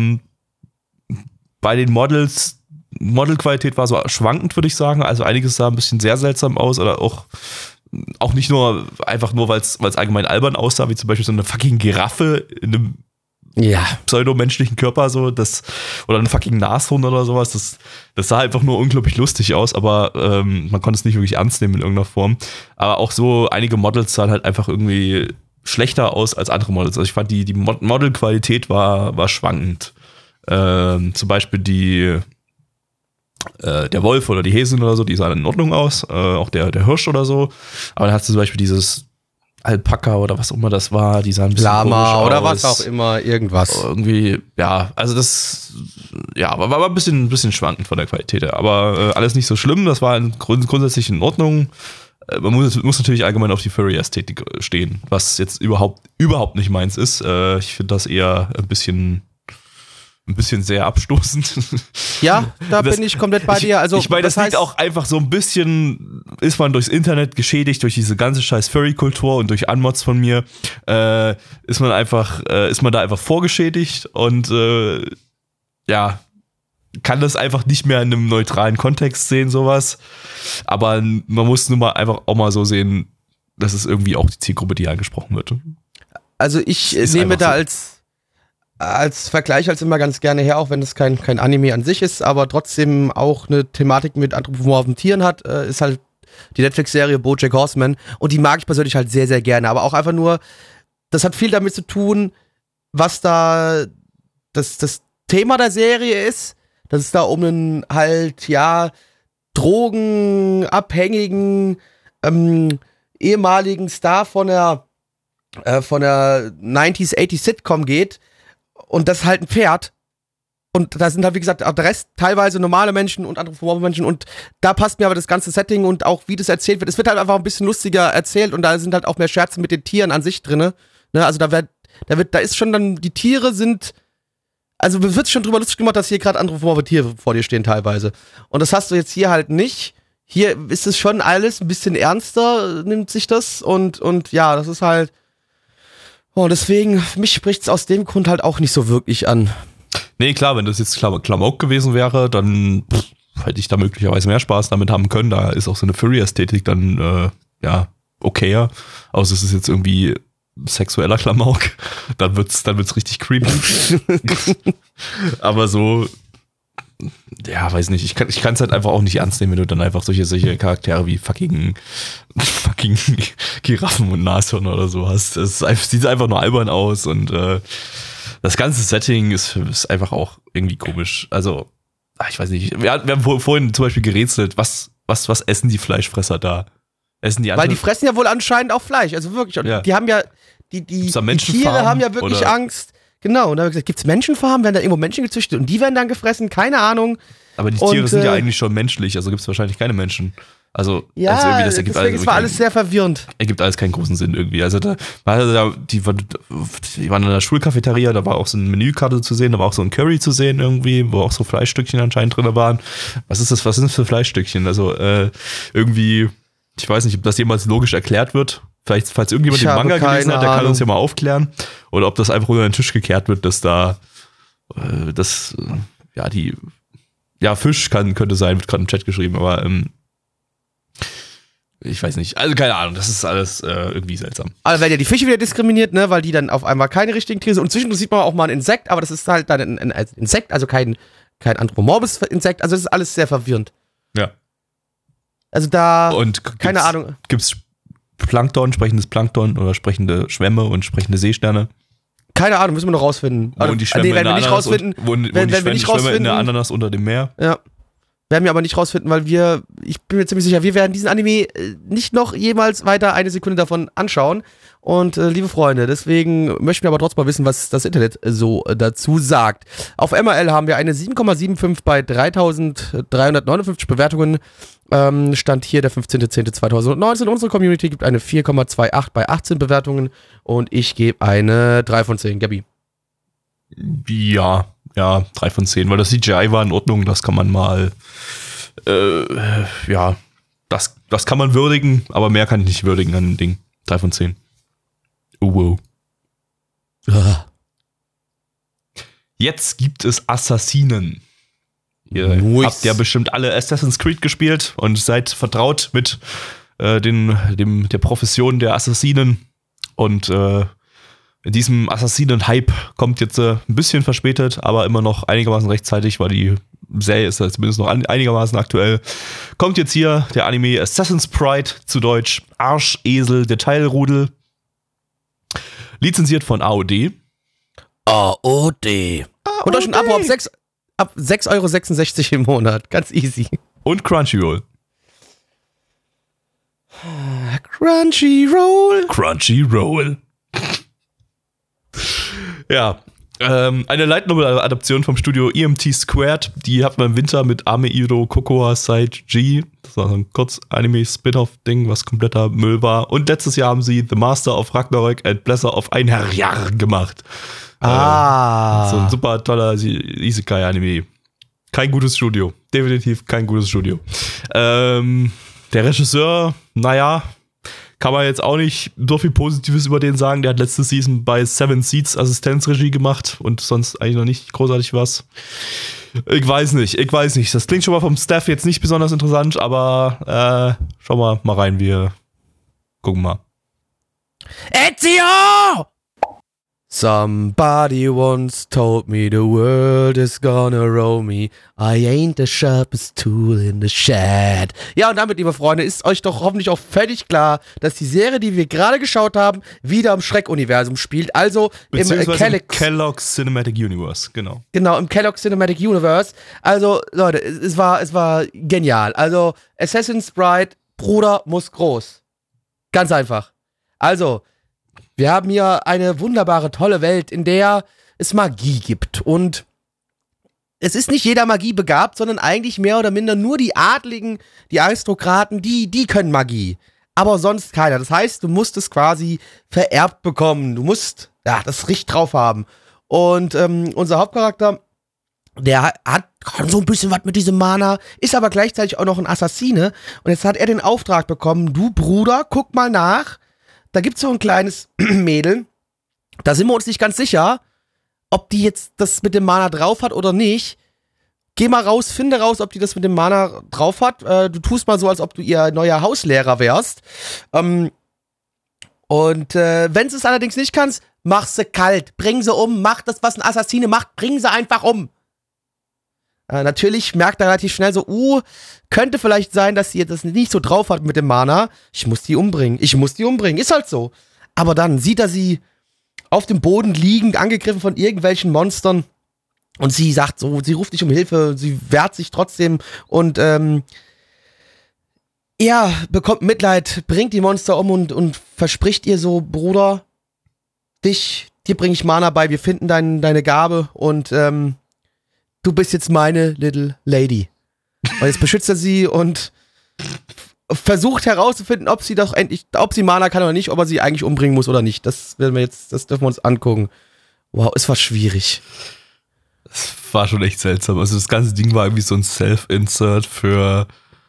Bei den Modelqualität war so schwankend, würde ich sagen. Also einiges sah ein bisschen sehr seltsam aus oder auch nicht nur einfach nur, weil es allgemein albern aussah, wie zum Beispiel so eine fucking Giraffe in einem pseudomenschlichen Körper, so oder eine fucking Nashorn oder sowas. Das sah einfach nur unglaublich lustig aus, aber man konnte es nicht wirklich ernst nehmen in irgendeiner Form. Aber auch so einige Models sahen halt einfach irgendwie schlechter aus als andere Models. Also ich fand die Modelqualität war schwankend. Zum Beispiel der Wolf oder die Häsin oder so, die sahen in Ordnung aus, auch der Hirsch oder so, aber dann hast du zum Beispiel dieses Alpaka oder was auch immer das war, die sahen ein bisschen Lama oder aus. was auch immer, irgendwas. Irgendwie, ja, also das, ja, war ein bisschen schwankend von der Qualität her, aber alles nicht so schlimm, das war grundsätzlich in Ordnung. Man muss natürlich allgemein auf die Furry-Ästhetik stehen, was jetzt überhaupt nicht meins ist. Ich finde das eher ein bisschen sehr abstoßend. Ja, bin ich komplett bei dir. Also, ich meine, das liegt auch einfach so ein bisschen, ist man durchs Internet geschädigt, durch diese ganze scheiß Furry-Kultur und durch Anmods von mir, ist man da einfach vorgeschädigt und ja, kann das einfach nicht mehr in einem neutralen Kontext sehen, sowas. Aber man muss nun mal einfach auch mal so sehen, das ist irgendwie auch die Zielgruppe, die angesprochen wird. Also ich nehme da so als Vergleich als immer ganz gerne her, auch wenn das kein Anime an sich ist, aber trotzdem auch eine Thematik mit anthropomorphen Tieren hat, ist halt die Netflix-Serie BoJack Horseman und die mag ich persönlich halt sehr, sehr gerne, aber auch einfach nur, das hat viel damit zu tun, was da das Thema der Serie ist, dass es da um einen halt, ja, drogenabhängigen ehemaligen Star von der 90s, 80s Sitcom geht. Und das ist halt ein Pferd. Und da sind halt, wie gesagt, auch der Rest teilweise normale Menschen und anthropomorphe Menschen. Und da passt mir aber das ganze Setting und auch, wie das erzählt wird. Es wird halt einfach ein bisschen lustiger erzählt und da sind halt auch mehr Scherze mit den Tieren an sich drin. Ne? Also da ist schon dann, die Tiere sind, also es wird schon drüber lustig gemacht, dass hier gerade anthropomorphe Tiere vor dir stehen teilweise. Und das hast du jetzt hier halt nicht. Hier ist es schon alles ein bisschen ernster, nimmt sich das und ja, das ist halt, deswegen, mich spricht es aus dem Grund halt auch nicht so wirklich an. Nee, klar, wenn das jetzt Klamauk gewesen wäre, dann hätte ich da möglicherweise mehr Spaß damit haben können. Da ist auch so eine Furry-Ästhetik dann, okayer. Außer es ist jetzt irgendwie sexueller Klamauk. Dann wird's richtig creepy. Aber so, ja, weiß nicht. Ich kann es halt einfach auch nicht ernst nehmen, wenn du dann einfach solche Charaktere wie fucking Giraffen und Nashörner oder so hast. Sieht einfach nur albern aus und das ganze Setting ist einfach auch irgendwie komisch. Also, ich weiß nicht. Wir haben vorhin zum Beispiel gerätselt, was essen die Fleischfresser da? Essen die Weil die fressen ja wohl anscheinend auch Fleisch, also wirklich. Und ja. Die haben ja, die Tiere haben ja wirklich oder? Angst. Genau, und da haben wir gesagt, gibt's Menschenfarmen? Werden da irgendwo Menschen gezüchtet und die werden dann gefressen? Keine Ahnung. Aber die Tiere sind ja eigentlich schon menschlich, also gibt's wahrscheinlich keine Menschen. Also, ja, also irgendwie, das ergibt deswegen, es war alles sehr verwirrend. Ergibt alles keinen großen Sinn irgendwie. Also die waren in der Schulcafeteria, da war auch so eine Menükarte zu sehen, da war auch so ein Curry zu sehen irgendwie, wo auch so Fleischstückchen anscheinend drin waren. Was sind das für Fleischstückchen? Also irgendwie, ich weiß nicht, ob das jemals logisch erklärt wird. Vielleicht, falls irgendjemand den Manga gelesen hat, der kann uns ja mal aufklären. Oder ob das einfach unter den Tisch gekehrt wird, dass da Fisch könnte sein, wird gerade im Chat geschrieben, aber ich weiß nicht. Also keine Ahnung, das ist alles irgendwie seltsam. Also werden ja die Fische wieder diskriminiert, ne, weil die dann auf einmal keine richtigen Tiere sind. Und zwischendurch sieht man auch mal ein Insekt, aber das ist halt dann ein Insekt, also kein anthropomorphes Insekt. Also das ist alles sehr verwirrend. Ja. Also da, und keine Ahnung. Gibt's Plankton, sprechendes Plankton oder sprechende Schwämme und sprechende Seesterne? Keine Ahnung, müssen wir noch rausfinden. Wohnen die Schwämme wenn wir nicht rausfinden, in der Ananas unter dem Meer? Ja. Werden wir aber nicht rausfinden, weil ich bin mir ziemlich sicher, wir werden diesen Anime nicht noch jemals weiter eine Sekunde davon anschauen. Und liebe Freunde, deswegen möchten wir aber trotzdem mal wissen, was das Internet so dazu sagt. Auf MRL haben wir eine 7,75 bei 3.359 Bewertungen. Stand hier der 15.10.2019. Unsere Community gibt eine 4,28 bei 18 Bewertungen. Und ich gebe eine 3 von 10. Gabi. Ja, 3 von 10, weil das CGI war in Ordnung, das kann man mal, das kann man würdigen, aber mehr kann ich nicht würdigen an dem Ding. 3 von 10. Wow. Jetzt gibt es Assassinen. Ihr habt ja bestimmt alle Assassin's Creed gespielt und seid vertraut mit der Profession der Assassinen und in diesem Assassinen-Hype kommt jetzt ein bisschen verspätet, aber immer noch einigermaßen rechtzeitig, weil die Serie ist ja zumindest noch einigermaßen aktuell. Kommt jetzt hier der Anime Assassin's Pride, zu Deutsch Arschesel Detailrudel. Lizenziert von AOD. AOD. Und euch ein Abo ab 6,66 € im Monat. Ganz easy. Und Crunchyroll. Crunchyroll. Ja, eine Light Novel-Adaption vom Studio EMT Squared. Die hat man im Winter mit Ameiro Kokoa Side G. Das war so ein Kurz-Anime-Spin-Off-Ding, was kompletter Müll war. Und letztes Jahr haben sie The Master of Ragnarök and Blesser of Einherjar gemacht. So ein super toller Isekai-Anime. Kein gutes Studio. Definitiv kein gutes Studio. Der Regisseur, kann man jetzt auch nicht so viel Positives über den sagen. Der hat letzte Season bei Seven Seeds Assistenzregie gemacht und sonst eigentlich noch nicht großartig was. Ich weiß nicht. Das klingt schon mal vom Staff jetzt nicht besonders interessant, aber schauen wir mal rein. Wir gucken mal. Ezio! Somebody once told me the world is gonna roll me. I ain't the sharpest tool in the shed. Ja, und damit, liebe Freunde, ist euch doch hoffentlich auch völlig klar, dass die Serie, die wir gerade geschaut haben, wieder im Schreck-Universum spielt. Also im Kellogg's Cinematic Universe, genau. Genau, im Kellogg's Cinematic Universe. Also, Leute, es war genial. Also, Assassin's Pride, Bruder muss groß. Ganz einfach. Also, wir haben hier eine wunderbare, tolle Welt, in der es Magie gibt. Und es ist nicht jeder Magie begabt, sondern eigentlich mehr oder minder nur die Adligen, die Aristokraten, die können Magie. Aber sonst keiner. Das heißt, du musst es quasi vererbt bekommen. Du musst das richtig drauf haben. Und unser Hauptcharakter kann so ein bisschen was mit diesem Mana, ist aber gleichzeitig auch noch ein Assassine. Und jetzt hat er den Auftrag bekommen, du Bruder, guck mal nach. Da gibt's so ein kleines Mädel, da sind wir uns nicht ganz sicher, ob die jetzt das mit dem Mana drauf hat oder nicht. Geh mal raus, finde raus, ob die das mit dem Mana drauf hat. Du tust mal so, als ob du ihr neuer Hauslehrer wärst. Und wenn du es allerdings nicht kannst, mach sie kalt, bring sie um, mach das, was ein Assassine macht, bring sie einfach um. Natürlich merkt er relativ schnell so, könnte vielleicht sein, dass sie das nicht so drauf hat mit dem Mana. Ich muss die umbringen, ist halt so. Aber dann sieht er sie auf dem Boden liegen, angegriffen von irgendwelchen Monstern. Und sie sagt so, sie ruft nicht um Hilfe, sie wehrt sich trotzdem und er bekommt Mitleid, bringt die Monster um und verspricht ihr so, Bruder, dir bringe ich Mana bei, wir finden deine Gabe und du bist jetzt meine Little Lady. Und jetzt beschützt er sie und versucht herauszufinden, ob sie Mana kann oder nicht, ob er sie eigentlich umbringen muss oder nicht. Das dürfen wir uns angucken. Wow, es war schwierig. Es war schon echt seltsam. Also das ganze Ding war irgendwie so ein Self-Insert für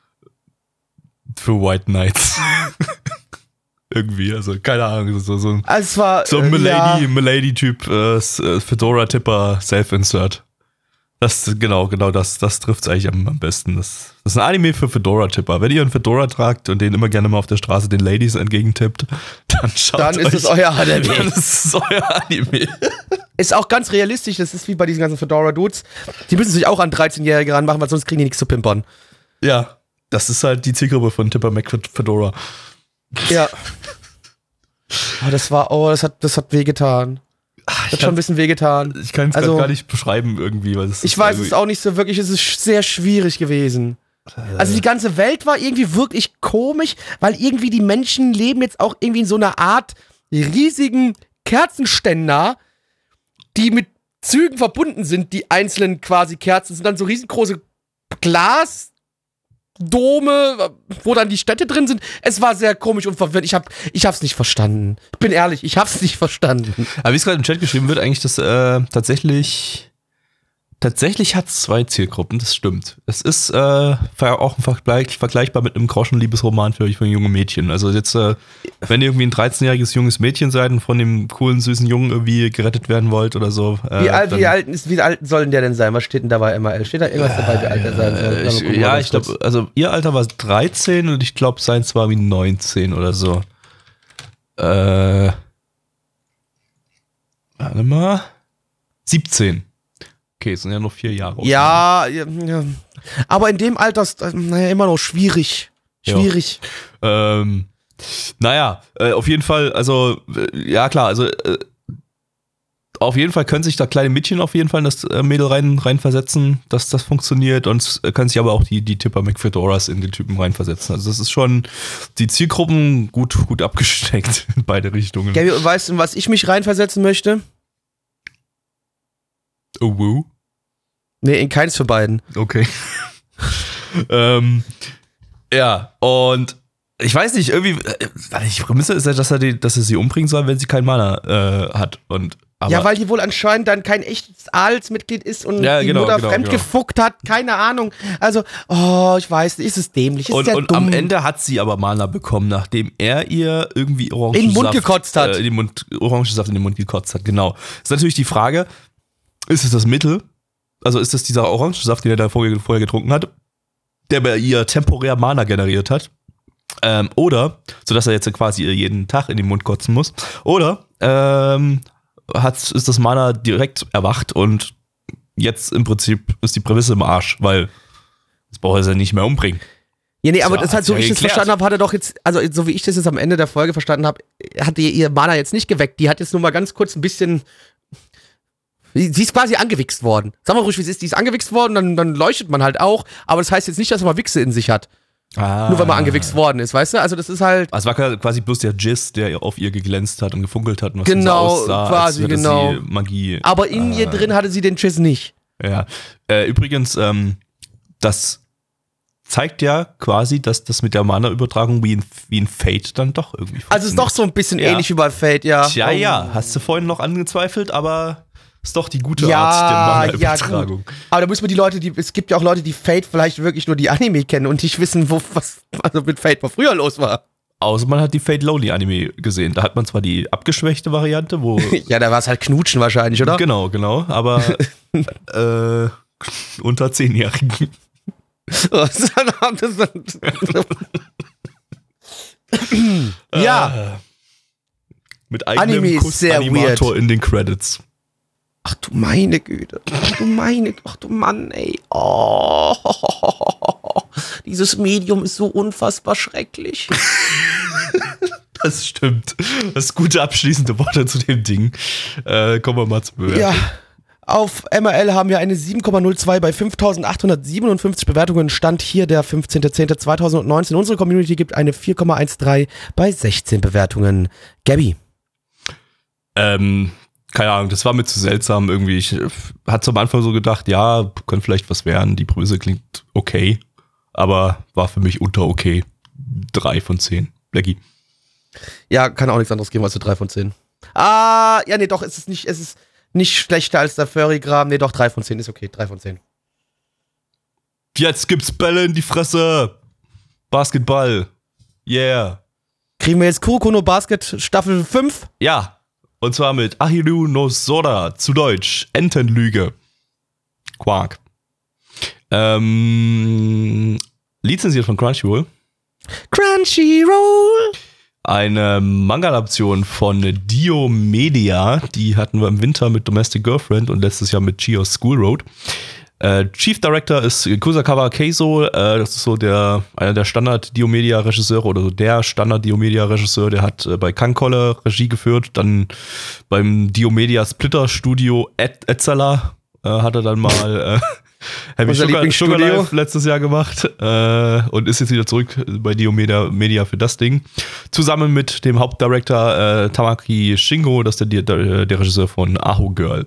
White Knights. Irgendwie, also keine Ahnung. So ein Milady-Typ, Fedora-Tipper, Self-Insert. Das trifft es eigentlich am besten. Das ist ein Anime für Fedora-Tipper. Wenn ihr einen Fedora tragt und den immer gerne mal auf der Straße den Ladies entgegentippt, dann ist es euer Anime. Dann ist es euer Anime. Ist auch ganz realistisch, das ist wie bei diesen ganzen Fedora-Dudes. Die müssen sich auch an 13-Jährige ranmachen, weil sonst kriegen die nichts zu pimpern. Ja, das ist halt die Zielgruppe von Tipper McFedora. Ja. Das hat wehgetan. Das hat schon ein bisschen wehgetan. Ich kann es gar nicht beschreiben irgendwie. Ich weiß es auch nicht so wirklich, es ist sehr schwierig gewesen. Also die ganze Welt war irgendwie wirklich komisch, weil irgendwie die Menschen leben jetzt auch irgendwie in so einer Art riesigen Kerzenständer, die mit Zügen verbunden sind, die einzelnen quasi Kerzen sind dann so riesengroße Glasdome, wo dann die Städte drin sind. Es war sehr komisch und verwirrend. Ich hab's nicht verstanden. Ich bin ehrlich, ich hab's nicht verstanden. Aber wie es gerade im Chat geschrieben wird, eigentlich, dass tatsächlich hat es 2 Zielgruppen, das stimmt. Es ist auch vergleichbar mit einem Groschen-Liebesroman für junge Mädchen. Also jetzt, wenn ihr irgendwie ein 13-jähriges junges Mädchen seid und von dem coolen, süßen Jungen irgendwie gerettet werden wollt oder so. Wie alt sollen der denn sein? Was steht denn dabei MRL? Steht da irgendwas dabei, wie alt er sein soll? Ich glaube, also ihr Alter war 13 und ich glaube, seins war wie 19 oder so. Warte mal. 17. Okay, es sind ja noch 4 Jahre. Ja. Aber in dem Alter ist immer noch schwierig. Schwierig. Ja. Auf jeden Fall, also, ja klar, also auf jeden Fall können sich da kleine Mädchen auf jeden Fall in das Mädel reinversetzen, dass das funktioniert und es können sich aber auch die Tipper McFedoras in den Typen reinversetzen. Also das ist schon die Zielgruppen gut abgesteckt in beide Richtungen. Gabby, weißt du, was ich mich reinversetzen möchte? Oh, woo? Nee, in keins für beiden. Okay. Ja, und ich weiß nicht, irgendwie, die Prämisse ist ja, dass er sie umbringen soll, wenn sie kein Mana hat. Ja, weil die wohl anscheinend dann kein echtes Adelsmitglied ist und die Mutter fremdgefuckt hat, keine Ahnung. Also, ich weiß nicht, ist es dämlich, ist und am Ende hat sie aber Mana bekommen, nachdem er ihr irgendwie Orangensaft in den Mund gekotzt hat. Orangensaft in den Mund gekotzt hat, genau. Ist natürlich die Frage, ist es das Mittel? Also ist das dieser Orangensaft, den er da vorher getrunken hat, der bei ihr temporär Mana generiert hat? Oder, sodass er jetzt quasi jeden Tag in den Mund kotzen muss. Oder ist das Mana direkt erwacht und jetzt im Prinzip ist die Prämisse im Arsch, weil das braucht er ja nicht mehr umbringen. Ja, nee, aber das halt, so wie ich das verstanden habe, hat er doch jetzt, also so wie ich das jetzt am Ende der Folge verstanden habe, hat ihr Mana jetzt nicht geweckt. Die hat jetzt nur mal ganz kurz ein bisschen. Sie ist quasi angewichst worden. Sag mal ruhig, wie es ist. Die ist angewichst worden, dann leuchtet man halt auch. Aber das heißt jetzt nicht, dass man Wichse in sich hat. Nur weil man angewichst worden ist, weißt du? Also das ist halt. Also es war quasi bloß der Jizz, der auf ihr geglänzt hat und gefunkelt hat. Und was genau, so aussah, quasi, als genau. Sie Magie. Aber in ihr drin hatte sie den Jizz nicht. Ja. Übrigens, das zeigt ja quasi, dass das mit der Mana-Übertragung wie ein Fate dann doch irgendwie funktioniert. Also es ist doch so ein bisschen ähnlich wie bei Fate, ja. Tja, ja. Hast du vorhin noch angezweifelt, aber Ist doch die gute Art der Manga-Übertragung. Ja, aber da müssen wir die Leute, es gibt ja auch Leute, die Fate vielleicht wirklich nur die Anime kennen und nicht wissen, was also mit Fate mal früher los war. Außer man hat die Fate Lonely Anime gesehen. Da hat man zwar die abgeschwächte Variante, wo... Ja, da war es halt Knutschen wahrscheinlich, oder? Genau, aber unter 10-Jährigen. Ja. Mit eigenem Anime ist sehr Kuss-Animator weird. in den Credits. Ach du meine Güte. Ach du Mann, ey. Oh. Dieses Medium ist so unfassbar schrecklich. Das stimmt. Das ist gute abschließende Worte zu dem Ding. Kommen wir mal zu Bewertung. Ja. Auf MRL haben wir eine 7,02 bei 5.857 Bewertungen. Stand hier der 15.10.2019. Unsere Community gibt eine 4,13 bei 16 Bewertungen. Gabby. Keine Ahnung, das war mir zu seltsam irgendwie. Ich hatte am Anfang so gedacht, ja, könnte vielleicht was werden. Die Brüse klingt okay, aber war für mich unter okay. 3 von 10. Blackie. Ja, kann auch nichts anderes geben als eine 3 von 10. Ja, nee, doch, es ist nicht schlechter als der Furry-Gram. Nee, doch, 3 von 10 ist okay, 3 von 10. Jetzt gibt's Bälle in die Fresse. Basketball. Yeah. Kriegen wir jetzt Kuroko no Basket Staffel 5? Ja. Und zwar mit Ahiru no Sora, zu Deutsch, Entenlüge. Quark. Lizenziert von Crunchyroll. Crunchyroll! Eine Manga-Adaption von Dio Media. Die hatten wir im Winter mit Domestic Girlfriend und letztes Jahr mit Chio's School Road. Chief Director ist Kusakawa Keizo. Das ist so einer der Standard-Dio-Media-Regisseure oder so der Standard-Dio-Media-Regisseur. Der hat bei Kankolle Regie geführt, dann beim Dio-Media-Splitter-Studio Etzala hat er dann mal Heavy Sugar Life letztes Jahr gemacht und ist jetzt wieder zurück bei Dio Media für das Ding. Zusammen mit dem Hauptdirektor Tamaki Shingo, das ist der Regisseur von Aho Girl.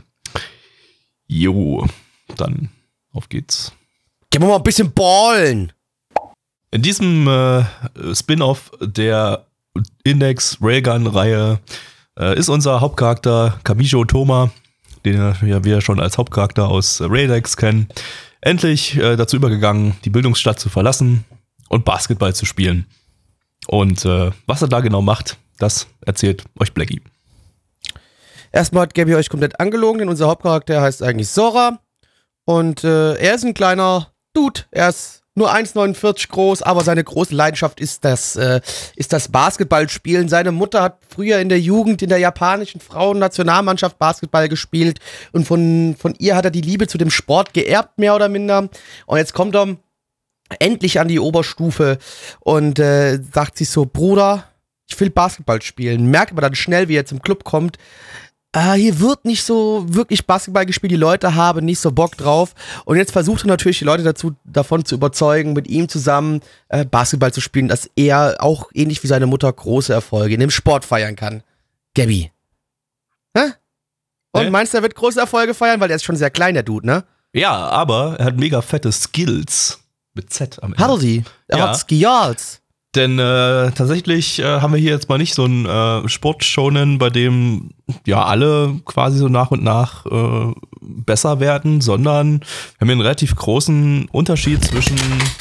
Jo, dann auf geht's. Gehen wir mal ein bisschen ballen. In diesem Spin-off der Index-Railgun-Reihe ist unser Hauptcharakter Kamijo Toma, den wir schon als Hauptcharakter aus Raidex kennen, endlich dazu übergegangen, die Bildungsstadt zu verlassen und Basketball zu spielen. Und was er da genau macht, das erzählt euch Blackie. Erstmal hat Gabby euch komplett angelogen, denn unser Hauptcharakter heißt eigentlich Sora. Und er ist ein kleiner Dude. Er ist nur 1,49 groß, aber seine große Leidenschaft ist das Basketballspielen. Seine Mutter hat früher in der Jugend in der japanischen Frauennationalmannschaft Basketball gespielt und von ihr hat er die Liebe zu dem Sport geerbt, mehr oder minder. Und jetzt kommt er endlich an die Oberstufe und sagt sich so, Bruder, ich will Basketball spielen. Merkt aber dann schnell, wie er zum Club kommt, hier wird nicht so wirklich Basketball gespielt, die Leute haben nicht so Bock drauf. Und jetzt versucht er natürlich, die Leute davon zu überzeugen, mit ihm zusammen Basketball zu spielen, dass er auch ähnlich wie seine Mutter große Erfolge in dem Sport feiern kann. Gabby. Hä? Und meinst du, er wird große Erfolge feiern? Weil der ist schon sehr klein, der Dude, ne? Ja, aber er hat mega fette Skills. Mit Z am Ende. Hat er die? Er hat Skills. Denn tatsächlich haben wir hier jetzt mal nicht so einen Sport-Shonen, bei dem ja alle quasi so nach und nach besser werden, sondern wir haben hier einen relativ großen Unterschied zwischen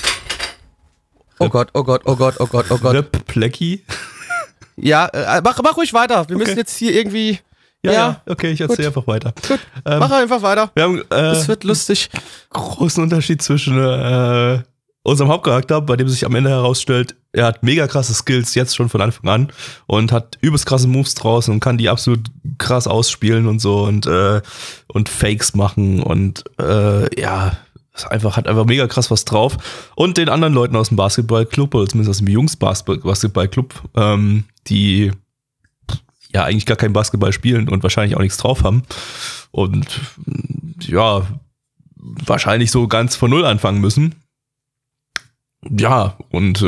Oh Gott. Rip Plecky. Ja, mach ruhig weiter. Wir müssen jetzt hier irgendwie... Ja, okay, ich erzähle einfach weiter. Gut, mach einfach weiter. Wir haben, das wird lustig. Großen Unterschied zwischen unserem Hauptcharakter, bei dem sich am Ende herausstellt, er hat mega krasse Skills jetzt schon von Anfang an und hat übelst krasse Moves draußen und kann die absolut krass ausspielen und so und Fakes machen und hat einfach mega krass was drauf. Und den anderen Leuten aus dem Basketballclub, oder zumindest aus dem Jungs-Basketballclub, die ja eigentlich gar kein Basketball spielen und wahrscheinlich auch nichts drauf haben und ja, wahrscheinlich so ganz von Null anfangen müssen. Ja, und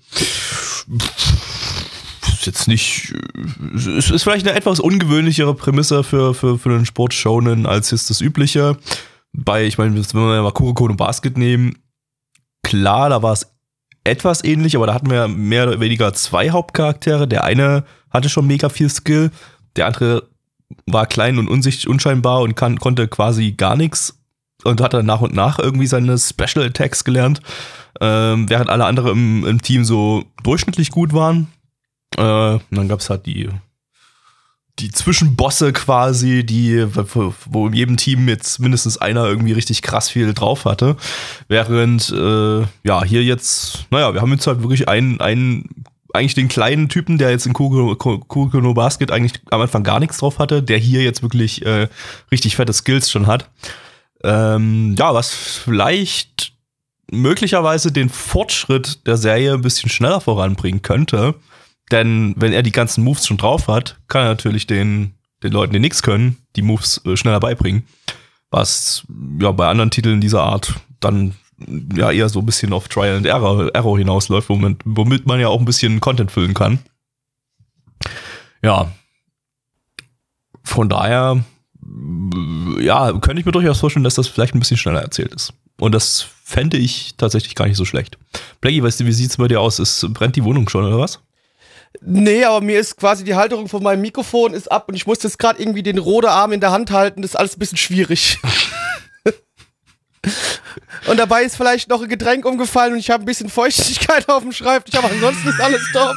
ist jetzt nicht, es ist vielleicht eine etwas ungewöhnlichere Prämisse für einen Sport-Shonen als ist das Übliche. Ich meine, wenn wir mal Kuroko no Basket nehmen, klar, da war es etwas ähnlich, aber da hatten wir mehr oder weniger zwei Hauptcharaktere. Der eine hatte schon mega viel Skill, der andere war klein und unscheinbar und konnte quasi gar nichts und hat dann nach und nach irgendwie seine Special Attacks gelernt, während alle anderen im Team so durchschnittlich gut waren. Und dann gab es halt die Zwischenbosse quasi, wo in jedem Team jetzt mindestens einer irgendwie richtig krass viel drauf hatte. Während, hier jetzt, wir haben jetzt halt wirklich eigentlich den kleinen Typen, der jetzt in Kuroko no Basket eigentlich am Anfang gar nichts drauf hatte, der hier jetzt wirklich richtig fette Skills schon hat. Was vielleicht möglicherweise den Fortschritt der Serie ein bisschen schneller voranbringen könnte. Denn wenn er die ganzen Moves schon drauf hat, kann er natürlich den Leuten, die nichts können, die Moves schneller beibringen. Was bei anderen Titeln dieser Art dann eher so ein bisschen auf Trial and Error hinausläuft, womit man ja auch ein bisschen Content füllen kann. Ja. Von daher, könnte ich mir durchaus vorstellen, dass das vielleicht ein bisschen schneller erzählt ist. Und das fände ich tatsächlich gar nicht so schlecht. Blackie, weißt du, wie sieht's bei dir aus? Brennt die Wohnung schon, oder was? Nee, aber mir ist quasi die Halterung von meinem Mikrofon ist ab und ich muss jetzt gerade irgendwie den Rodearm in der Hand halten. Das ist alles ein bisschen schwierig. Und dabei ist vielleicht noch ein Getränk umgefallen und ich habe ein bisschen Feuchtigkeit auf dem Schreibtisch, aber ansonsten ist alles top.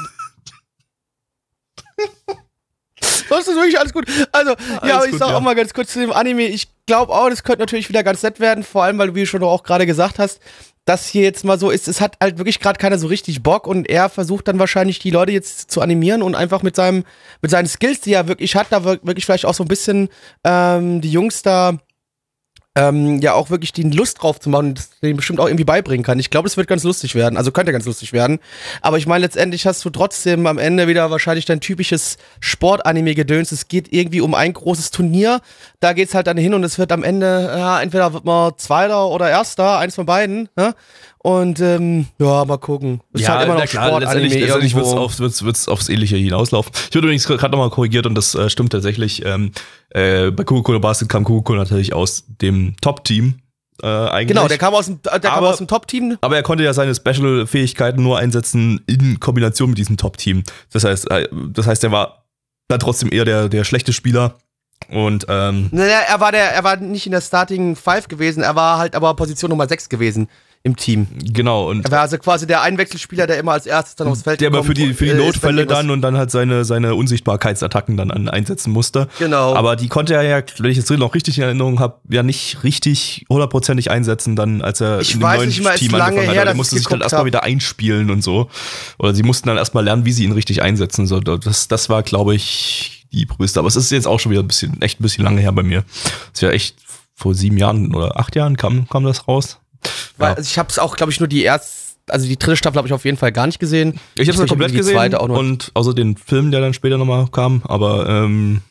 Sonst ist wirklich alles gut. Also, aber ich sag auch mal ganz kurz zu dem Anime, ich glaube auch, das könnte natürlich wieder ganz nett werden, vor allem, weil du, wie schon auch gerade gesagt hast, dass hier jetzt mal so ist, es hat halt wirklich gerade keiner so richtig Bock und er versucht dann wahrscheinlich die Leute jetzt zu animieren und einfach mit seinen Skills, die er wirklich hat, da wirklich vielleicht auch so ein bisschen die Jungs da auch wirklich die Lust drauf zu machen und das denen bestimmt auch irgendwie beibringen kann. Ich glaube, es wird ganz lustig werden, also könnte ganz lustig werden. Aber ich meine, letztendlich hast du trotzdem am Ende wieder wahrscheinlich dein typisches Sport-Anime-Gedöns. Es geht irgendwie um ein großes Turnier, da geht's halt dann hin und es wird am Ende, entweder wird man Zweiter oder Erster, eins von beiden, ne? Und mal gucken. Ist halt immer noch Sport-Anime. Letztendlich wird's aufs Ähnliche hinauslaufen. Ich wurde übrigens gerade nochmal korrigiert und das stimmt tatsächlich. Bei Kuroko no Basket kam Kuroko natürlich aus dem Top-Team eigentlich. Genau, der kam aus dem Top-Team. Aber er konnte ja seine Special-Fähigkeiten nur einsetzen in Kombination mit diesem Top-Team. Das heißt, er war dann trotzdem eher der schlechte Spieler. Und er war nicht in der Starting 5 gewesen, er war halt aber Position Nummer 6 gewesen im Team. Genau. Und er war also quasi der Einwechselspieler, der immer als erstes dann aufs Feld der aber für die Notfälle dann und dann halt seine Unsichtbarkeitsattacken dann einsetzen musste. Genau. Aber die konnte er ja, wenn ich es noch richtig in Erinnerung habe, ja nicht richtig hundertprozentig einsetzen, dann als er in dem neuen Team angefangen hat. Er musste sich dann erstmal wieder einspielen und so. Oder sie mussten dann erstmal lernen, wie sie ihn richtig einsetzen. So, das war, glaube ich, die größte. Aber es ist jetzt auch schon wieder echt ein bisschen lange her bei mir. Das ist ja echt vor 7 Jahren oder 8 Jahren kam das raus. Weil, also ich habe es auch, glaube ich, nur die dritte Staffel habe ich auf jeden Fall gar nicht gesehen. Ich habe es komplett gesehen zweite auch noch. Und außer den Film, der dann später nochmal kam. Aber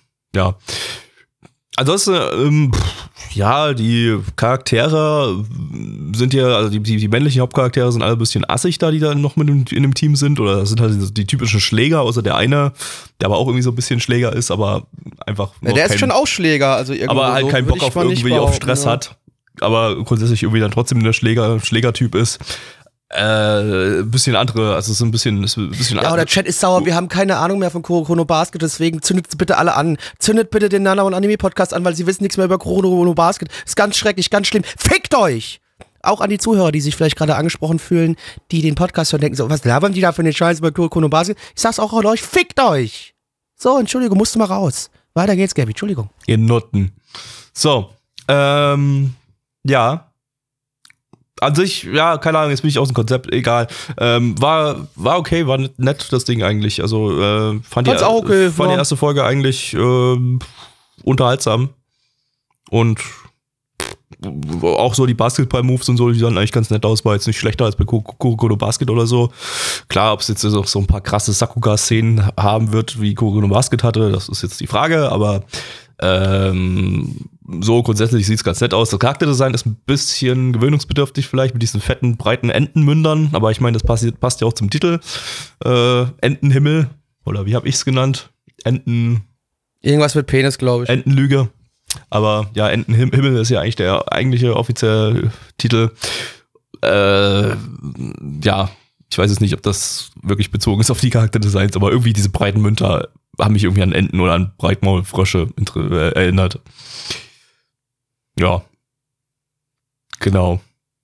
ansonsten, die Charaktere sind ja, also die männlichen Hauptcharaktere sind alle ein bisschen assig da, die da noch mit in dem Team sind. Oder das sind halt die typischen Schläger, außer der eine, der aber auch irgendwie so ein bisschen Schläger ist, aber einfach. Der ist schon auch Schläger, also irgendwie. Aber halt so keinen Bock auf Stress hat. Aber grundsätzlich irgendwie dann trotzdem der Schlägertyp ist. Bisschen andere, also es ist ein bisschen Ja, der Chat ist sauer, wir haben keine Ahnung mehr von Kuroko no Basket, deswegen zündet bitte alle an. Zündet bitte den Nana und Anime Podcast an, weil sie wissen nichts mehr über Kuroko no Basket. Ist ganz schrecklich, ganz schlimm. Fickt euch! Auch an die Zuhörer, die sich vielleicht gerade angesprochen fühlen, die den Podcast hören, denken so, was labern die da für eine Scheiße über Kuroko no Basket? Ich sag's auch an euch, fickt euch! So, Entschuldigung, musst du mal raus. Weiter geht's, Gabi, Entschuldigung. Ihr Nutten. So, ja. An sich, ja, keine Ahnung, jetzt bin ich aus dem Konzept, egal. War okay, war nett, das Ding eigentlich. Also, fand die erste Folge eigentlich unterhaltsam. Und auch so die Basketball-Moves und so, die sahen eigentlich ganz nett aus, war jetzt nicht schlechter als bei Kuroko no Basket oder so. Klar, ob es jetzt so ein paar krasse Sakuga-Szenen haben wird, wie Kuroko no Basket hatte, das ist jetzt die Frage, aber so grundsätzlich sieht es ganz nett aus. Das Charakterdesign ist ein bisschen gewöhnungsbedürftig vielleicht mit diesen fetten, breiten Entenmündern, aber ich meine, das passt ja auch zum Titel. Entenhimmel, oder wie habe ich es genannt? Irgendwas mit Penis, glaube ich. Entenlüge. Aber ja, Entenhimmel ist ja eigentlich der eigentliche offizielle Titel. Ich weiß jetzt nicht, ob das wirklich bezogen ist auf die Charakterdesigns, aber irgendwie diese breiten Münder haben mich irgendwie an Enten oder an Breitmaulfrösche erinnert. Ja. Genau.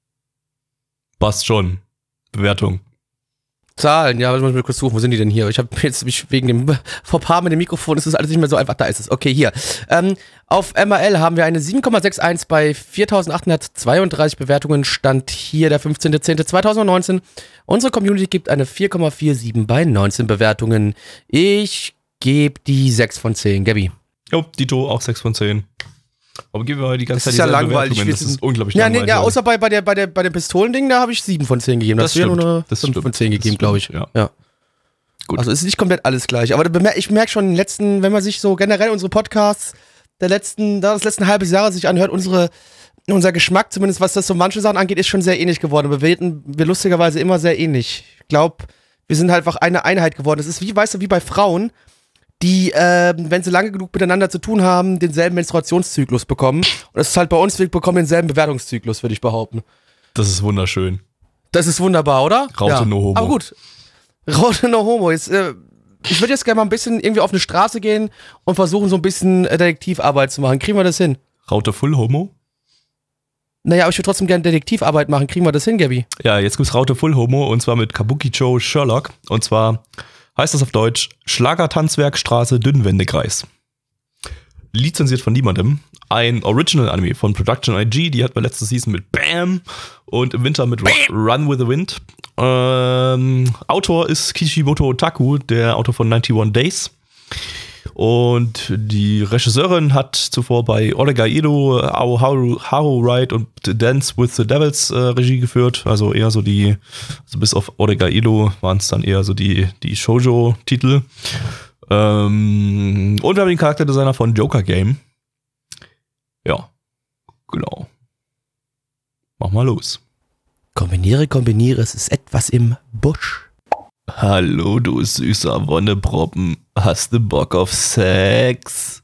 Passt schon. Bewertung. Zahlen, ja, muss ich mal kurz suchen, wo sind die denn hier? Ich habe jetzt mich wegen dem Fauxpas mit dem Mikrofon, ist das alles nicht mehr so einfach, da ist es. Okay, hier. Auf MRL haben wir eine 7,61 bei 4.832 Bewertungen, Stand hier der 15.10.2019. Unsere Community gibt eine 4,47 bei 19 Bewertungen. Ich gebe die 6 von 10, Gabby. Jo, Dito auch 6 von 10. Aber geben wir die ganze Zeit ist ja dieselben langweilig. Bewertungen. Das ist unglaublich ja, langweilig. Nee, ja, außer bei dem Pistolending, da habe ich 7 von 10 gegeben. Das wäre stimmt. nur eine Das 5 stimmt. von 10 gegeben, glaube ich. Ja. Gut. Also es ist nicht komplett alles gleich. Aber ich merke schon in den letzten, wenn man sich so generell unsere Podcasts des letzten halbes Jahres sich anhört, unser Geschmack, zumindest was das so manche Sachen angeht, ist schon sehr ähnlich geworden. Wir reden lustigerweise immer sehr ähnlich. Ich glaube, wir sind halt einfach eine Einheit geworden. Das ist wie, weißt du, wie bei Frauen, die, wenn sie lange genug miteinander zu tun haben, denselben Menstruationszyklus bekommen. Und das ist halt bei uns, wir bekommen denselben Bewertungszyklus, würde ich behaupten. Das ist wunderschön. Das ist wunderbar, oder? Raute no homo. Aber gut. Raute no homo. Jetzt, ich würde jetzt gerne mal ein bisschen irgendwie auf eine Straße gehen und versuchen, so ein bisschen Detektivarbeit zu machen. Kriegen wir das hin? Raute full homo? Naja, aber ich würde trotzdem gerne Detektivarbeit machen. Kriegen wir das hin, Gabby? Ja, jetzt gibt's Raute full homo und zwar mit Kabuki Joe Sherlock. Und zwar heißt das auf Deutsch Schlagertanzwerkstraße Dünnwendekreis. Lizenziert von niemandem. Ein Original-Anime von Production IG, die hatten wir letzte Season mit Bam und im Winter mit Run with the Wind. Autor ist Kishimoto Otaku, der Autor von 91 Days. Und die Regisseurin hat zuvor bei Oregaido, Haru Ride und Dance with the Devils Regie geführt. Also eher so also bis auf Oregaido waren es dann eher so die Shoujo-Titel. Und wir haben den Charakterdesigner von Joker Game. Ja, genau. Mach mal los. Kombiniere, es ist etwas im Busch. Hallo, du süßer Wonneproppen. Hast du Bock auf Sex?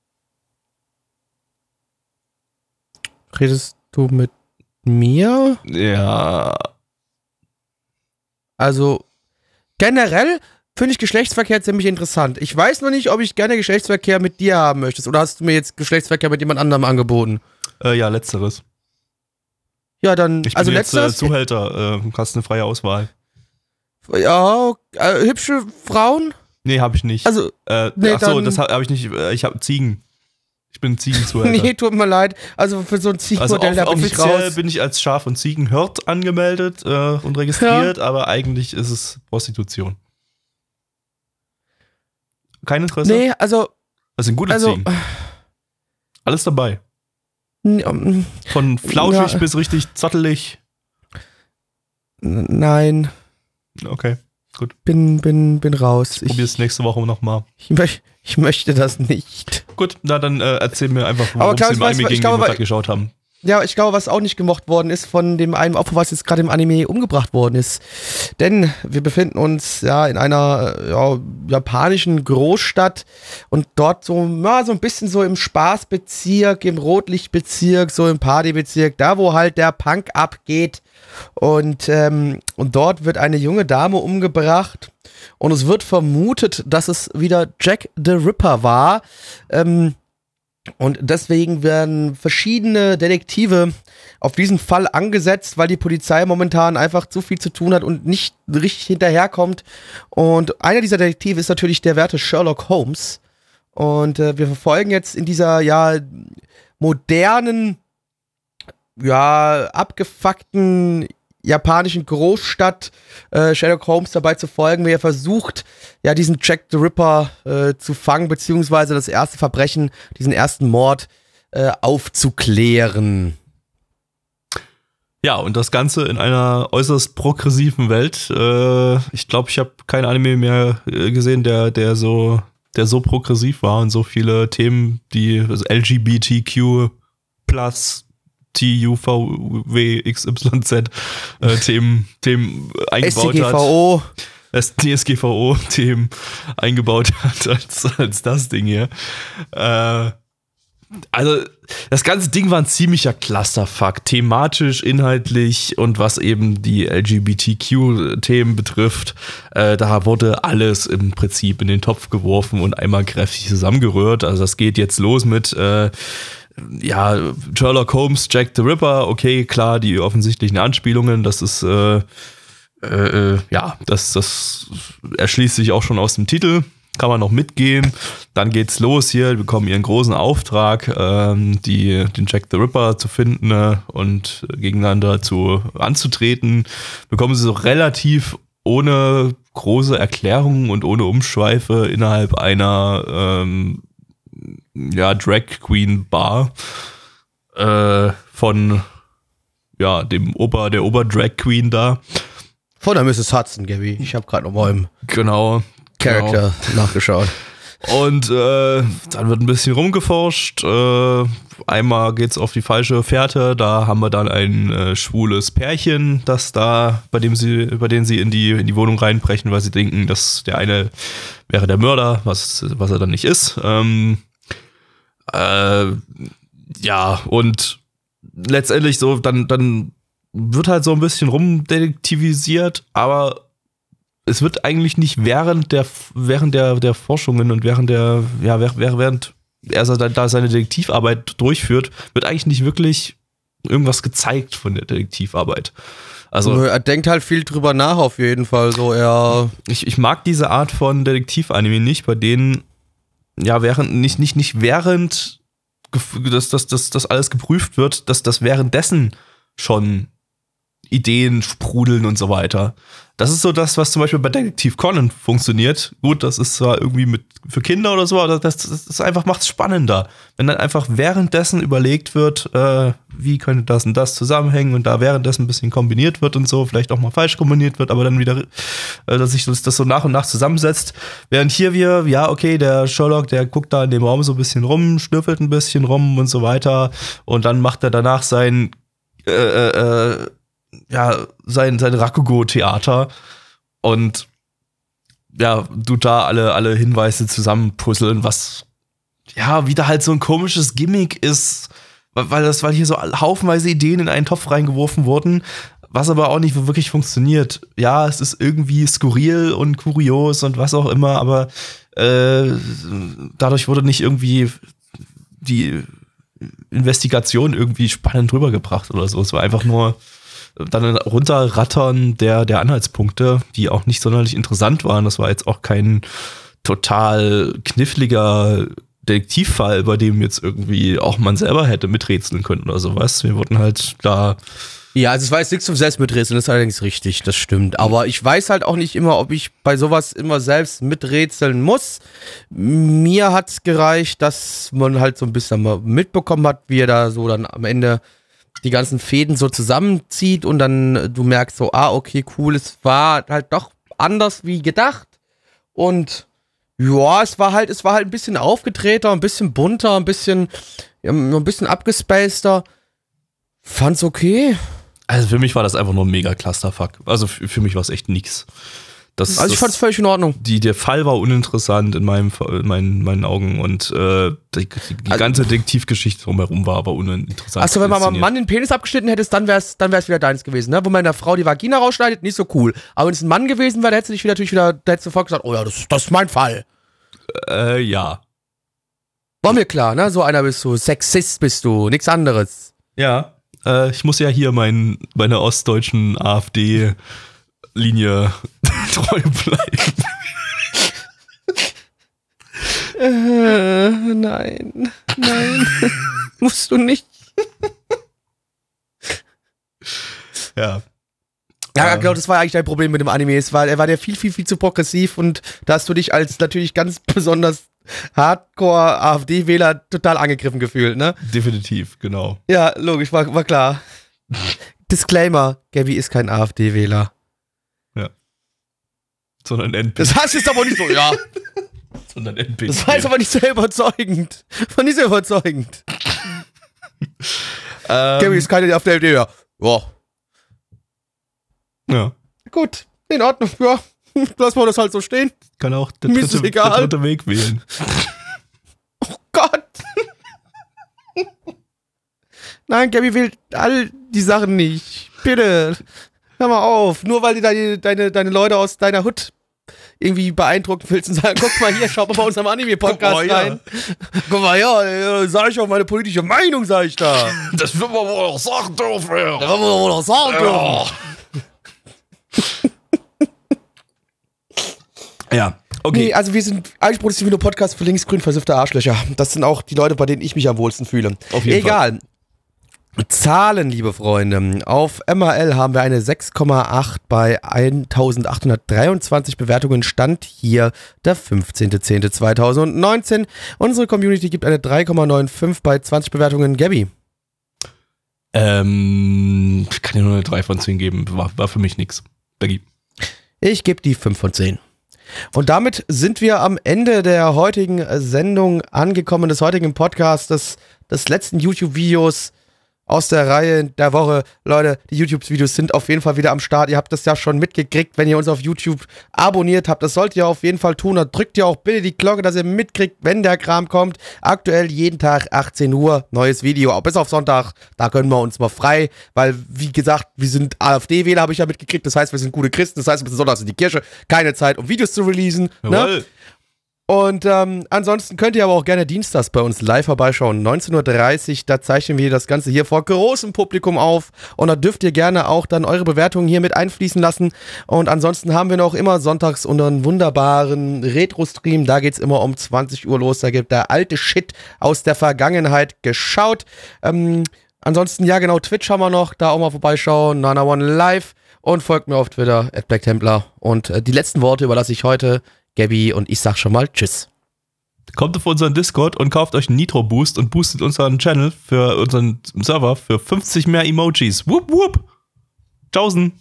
Redest du mit mir? Ja. Also, generell finde ich Geschlechtsverkehr ziemlich interessant. Ich weiß noch nicht, ob ich gerne Geschlechtsverkehr mit dir haben möchtest. Oder hast du mir jetzt Geschlechtsverkehr mit jemand anderem angeboten? Ja, letzteres. Ja, dann, Ich bin also jetzt letzteres. Zuhälter, hast eine freie Auswahl. Ja, hübsche Frauen? Nee, hab ich nicht. Also, nee, achso, dann- das hab ich nicht. Ich habe Ziegen. Ich bin Ziegenzuhälter. Nee, tut mir leid. Also für so ein Also Ziegenmodell, da bin ich offiziell raus. bin ich als Schaf- und Ziegenhirt angemeldet und registriert, aber eigentlich ist es Prostitution. Kein Interesse? Nee, also, Das sind gute Ziegen. Alles dabei. Von flauschig Ja. bis richtig zottelig. Nein, Okay, bin raus. probier's nächste Woche nochmal. Ich möchte das nicht. Gut, na dann erzähl mir einfach, Aber worum es Klaus, im weißt Anime du, ging, ich den glaube, wir gerade geschaut haben. Ja, ich glaube, was auch nicht gemocht worden ist von dem einen Opfer, was jetzt gerade im Anime umgebracht worden ist. Denn wir befinden uns ja in einer japanischen Großstadt und dort so ein bisschen so im Spaßbezirk, im Rotlichtbezirk, so im Partybezirk, da wo halt der Punk abgeht. Und dort wird eine junge Dame umgebracht und es wird vermutet, dass es wieder Jack the Ripper war. Und deswegen werden verschiedene Detektive auf diesen Fall angesetzt, weil die Polizei momentan einfach zu viel zu tun hat und nicht richtig hinterherkommt. Und einer dieser Detektive ist natürlich der werte Sherlock Holmes. Und wir verfolgen jetzt in dieser modernen, abgefuckten japanischen Großstadt Sherlock Holmes dabei zu folgen, wie er versucht, diesen Jack the Ripper zu fangen, beziehungsweise das erste Verbrechen, diesen ersten Mord aufzuklären. Ja, und das Ganze in einer äußerst progressiven Welt. Ich glaube, ich habe kein Anime mehr gesehen, der so progressiv war und so viele Themen, die LGBTQ plus TUVWXYZ Themen eingebaut StGVO. hat. DSGVO-Themen eingebaut hat als das Ding hier. Also, das ganze Ding war ein ziemlicher Clusterfuck, thematisch, inhaltlich und was eben die LGBTQ-Themen betrifft. Da wurde alles im Prinzip in den Topf geworfen und einmal kräftig zusammengerührt. Also, das geht jetzt los mit, Sherlock Holmes, Jack the Ripper. Okay, klar, die offensichtlichen Anspielungen, das ist, das erschließt sich auch schon aus dem Titel. Kann man noch mitgehen. Dann geht's los hier. Wir bekommen ihren großen Auftrag, den Jack the Ripper zu finden und gegeneinander anzutreten. Bekommen sie so relativ ohne große Erklärungen und ohne Umschweife innerhalb einer Drag Queen Bar von der Ober-Drag Queen da. Von der Mrs. Hudson, Gabby. Ich habe gerade noch mal im Charakter nachgeschaut. Und dann wird ein bisschen rumgeforscht. Einmal geht's auf die falsche Fährte. Da haben wir dann ein schwules Pärchen, bei denen sie in die Wohnung reinbrechen, weil sie denken, dass der eine wäre der Mörder, was er dann nicht ist. Und letztendlich so, dann wird halt so ein bisschen rumdetektivisiert, aber es wird eigentlich nicht während der Forschungen und während er da seine Detektivarbeit durchführt, wird eigentlich nicht wirklich irgendwas gezeigt von der Detektivarbeit. Also er denkt halt viel drüber nach auf jeden Fall. Ich mag diese Art von Detektiv-Anime nicht, bei denen während das alles geprüft wird, dass das währenddessen schon Ideen sprudeln und so weiter. Das ist so das, was zum Beispiel bei Detektiv Conan funktioniert. Gut, das ist zwar irgendwie für Kinder oder so, aber das einfach macht's spannender. Wenn dann einfach währenddessen überlegt wird, wie könnte das und das zusammenhängen und da währenddessen ein bisschen kombiniert wird und so, vielleicht auch mal falsch kombiniert wird, aber dann wieder, dass sich das so nach und nach zusammensetzt. Während hier der Sherlock, der guckt da in dem Raum so ein bisschen rum, schnüffelt ein bisschen rum und so weiter und dann macht er danach sein Rakugo-Theater und du da alle Hinweise zusammenpuzzeln, was wieder halt so ein komisches Gimmick ist, weil hier so haufenweise Ideen in einen Topf reingeworfen wurden, was aber auch nicht wirklich funktioniert. Ja, es ist irgendwie skurril und kurios und was auch immer, aber dadurch wurde nicht irgendwie die Investigation irgendwie spannend rübergebracht oder so. Es war einfach nur dann ein Runterrattern der Anhaltspunkte, die auch nicht sonderlich interessant waren. Das war jetzt auch kein total kniffliger Detektivfall, bei dem jetzt irgendwie auch man selber hätte miträtseln können oder sowas. Wir wurden halt da. Ja, also es war jetzt nichts zum Selbstmiträtseln, das ist allerdings richtig, das stimmt. Aber ich weiß halt auch nicht immer, ob ich bei sowas immer selbst miträtseln muss. Mir hat's gereicht, dass man halt so ein bisschen mal mitbekommen hat, wie er da so dann am Ende die ganzen Fäden so zusammenzieht und dann du merkst so, okay, cool, es war halt doch anders wie gedacht. Und ja, es war halt ein bisschen aufgedrehter, ein bisschen bunter, ein bisschen abgespaceder. Fand's okay. Also für mich war das einfach nur ein mega Clusterfuck. Also für mich war es echt nix. Ich fand's völlig in Ordnung. Der Fall war uninteressant in meinen Augen und die ganze Detektivgeschichte drumherum war aber uninteressant. Achso, wenn man mal einen Mann den Penis abgeschnitten hättest, dann wär's wieder deins gewesen, ne? Wo man einer Frau die Vagina rausschneidet, nicht so cool. Aber wenn es ein Mann gewesen wäre, da hättest du sofort gesagt, oh ja, das ist mein Fall. Ja. War mir klar, ne? So einer bist du, Sexist bist du, nix anderes. Ja. Ich muss ja hier meine ostdeutschen AfD-Linie treu bleiben. Nein. Musst du nicht. Ja. Ja, ich glaube, das war eigentlich dein Problem mit dem Anime. Er war dir viel, viel, viel zu progressiv und da hast du dich als natürlich ganz besonders Hardcore-AfD-Wähler total angegriffen gefühlt, ne? Definitiv, genau. Ja, logisch, war klar. Disclaimer, Gabby ist kein AfD-Wähler. Ja. Sondern NPD. Das heißt jetzt aber nicht so, ja. Sondern NPD. Das war jetzt aber nicht sehr überzeugend. War nicht sehr überzeugend. Gabby ist keine AfD, ja. Ja. Gut, in Ordnung, ja. Lass mal das halt so stehen. Kann auch der dritte Weg wählen. Oh Gott. Nein, Gabby will all die Sachen nicht. Bitte. Hör mal auf. Nur weil du deine Leute aus deiner Hut irgendwie beeindrucken willst und sagen, guck mal hier, schau mal bei unserem Anime-Podcast rein. Guck mal, ja, sag ich auch meine politische Meinung, sag ich da. Das wird man wohl auch sagen dürfen. Das wird man wohl auch sagen dürfen. Ja, okay. Nee, also wir sind eigentlich produzieren wir nur Podcast für linksgrün versiffte Arschlöcher. Das sind auch die Leute, bei denen ich mich am wohlsten fühle. Auf jeden Fall. Zahlen, liebe Freunde. Auf MRL haben wir eine 6,8 bei 1823 Bewertungen. Stand hier der 15.10.2019. Unsere Community gibt eine 3,95 bei 20 Bewertungen. Gabby? Ich kann dir nur eine 3 von 10 geben. War für mich nix. Baggy. Ich gebe die 5 von 10. Und damit sind wir am Ende der heutigen Sendung angekommen, des heutigen Podcasts, des letzten YouTube-Videos aus der Reihe der Woche. Leute, die YouTube-Videos sind auf jeden Fall wieder am Start. Ihr habt das ja schon mitgekriegt, wenn ihr uns auf YouTube abonniert habt. Das solltet ihr auf jeden Fall tun. Da drückt ihr auch bitte die Glocke, dass ihr mitkriegt, wenn der Kram kommt. Aktuell jeden Tag 18 Uhr neues Video. Auch bis auf Sonntag, da können wir uns mal frei. Weil, wie gesagt, wir sind AfD-Wähler, habe ich ja mitgekriegt. Das heißt, wir sind gute Christen. Das heißt, wir sind sonntags in die Kirche. Keine Zeit, um Videos zu releasen. Ne? Und ansonsten könnt ihr aber auch gerne dienstags bei uns live vorbeischauen. 19:30 Uhr, da zeichnen wir das Ganze hier vor großem Publikum auf. Und da dürft ihr gerne auch dann eure Bewertungen hier mit einfließen lassen. Und ansonsten haben wir noch immer sonntags unseren wunderbaren Retro-Stream. Da geht's immer um 20 Uhr los. Da gibt der alte Shit aus der Vergangenheit geschaut. Ansonsten, ja genau, Twitch haben wir noch. Da auch mal vorbeischauen. NanaOne Live. Und folgt mir auf Twitter, @BlackTemplar. Und die letzten Worte überlasse ich heute Gabby und ich sag schon mal Tschüss. Kommt auf unseren Discord und kauft euch einen Nitro Boost und boostet unseren Channel für unseren Server für 50 mehr Emojis. Wupp, wupp. Tschaußen.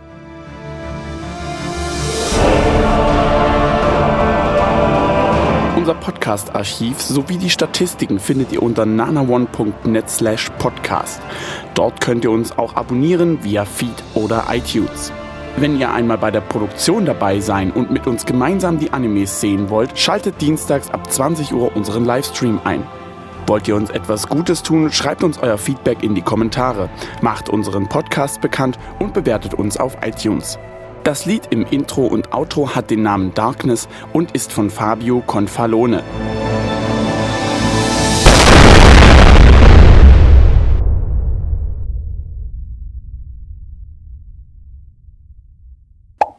Unser Podcast-Archiv sowie die Statistiken findet ihr unter nanaone.net/podcast. Dort könnt ihr uns auch abonnieren via Feed oder iTunes. Wenn ihr einmal bei der Produktion dabei sein und mit uns gemeinsam die Animes sehen wollt, schaltet dienstags ab 20 Uhr unseren Livestream ein. Wollt ihr uns etwas Gutes tun, schreibt uns euer Feedback in die Kommentare, macht unseren Podcast bekannt und bewertet uns auf iTunes. Das Lied im Intro und Outro hat den Namen Darkness und ist von Fabio Confalone.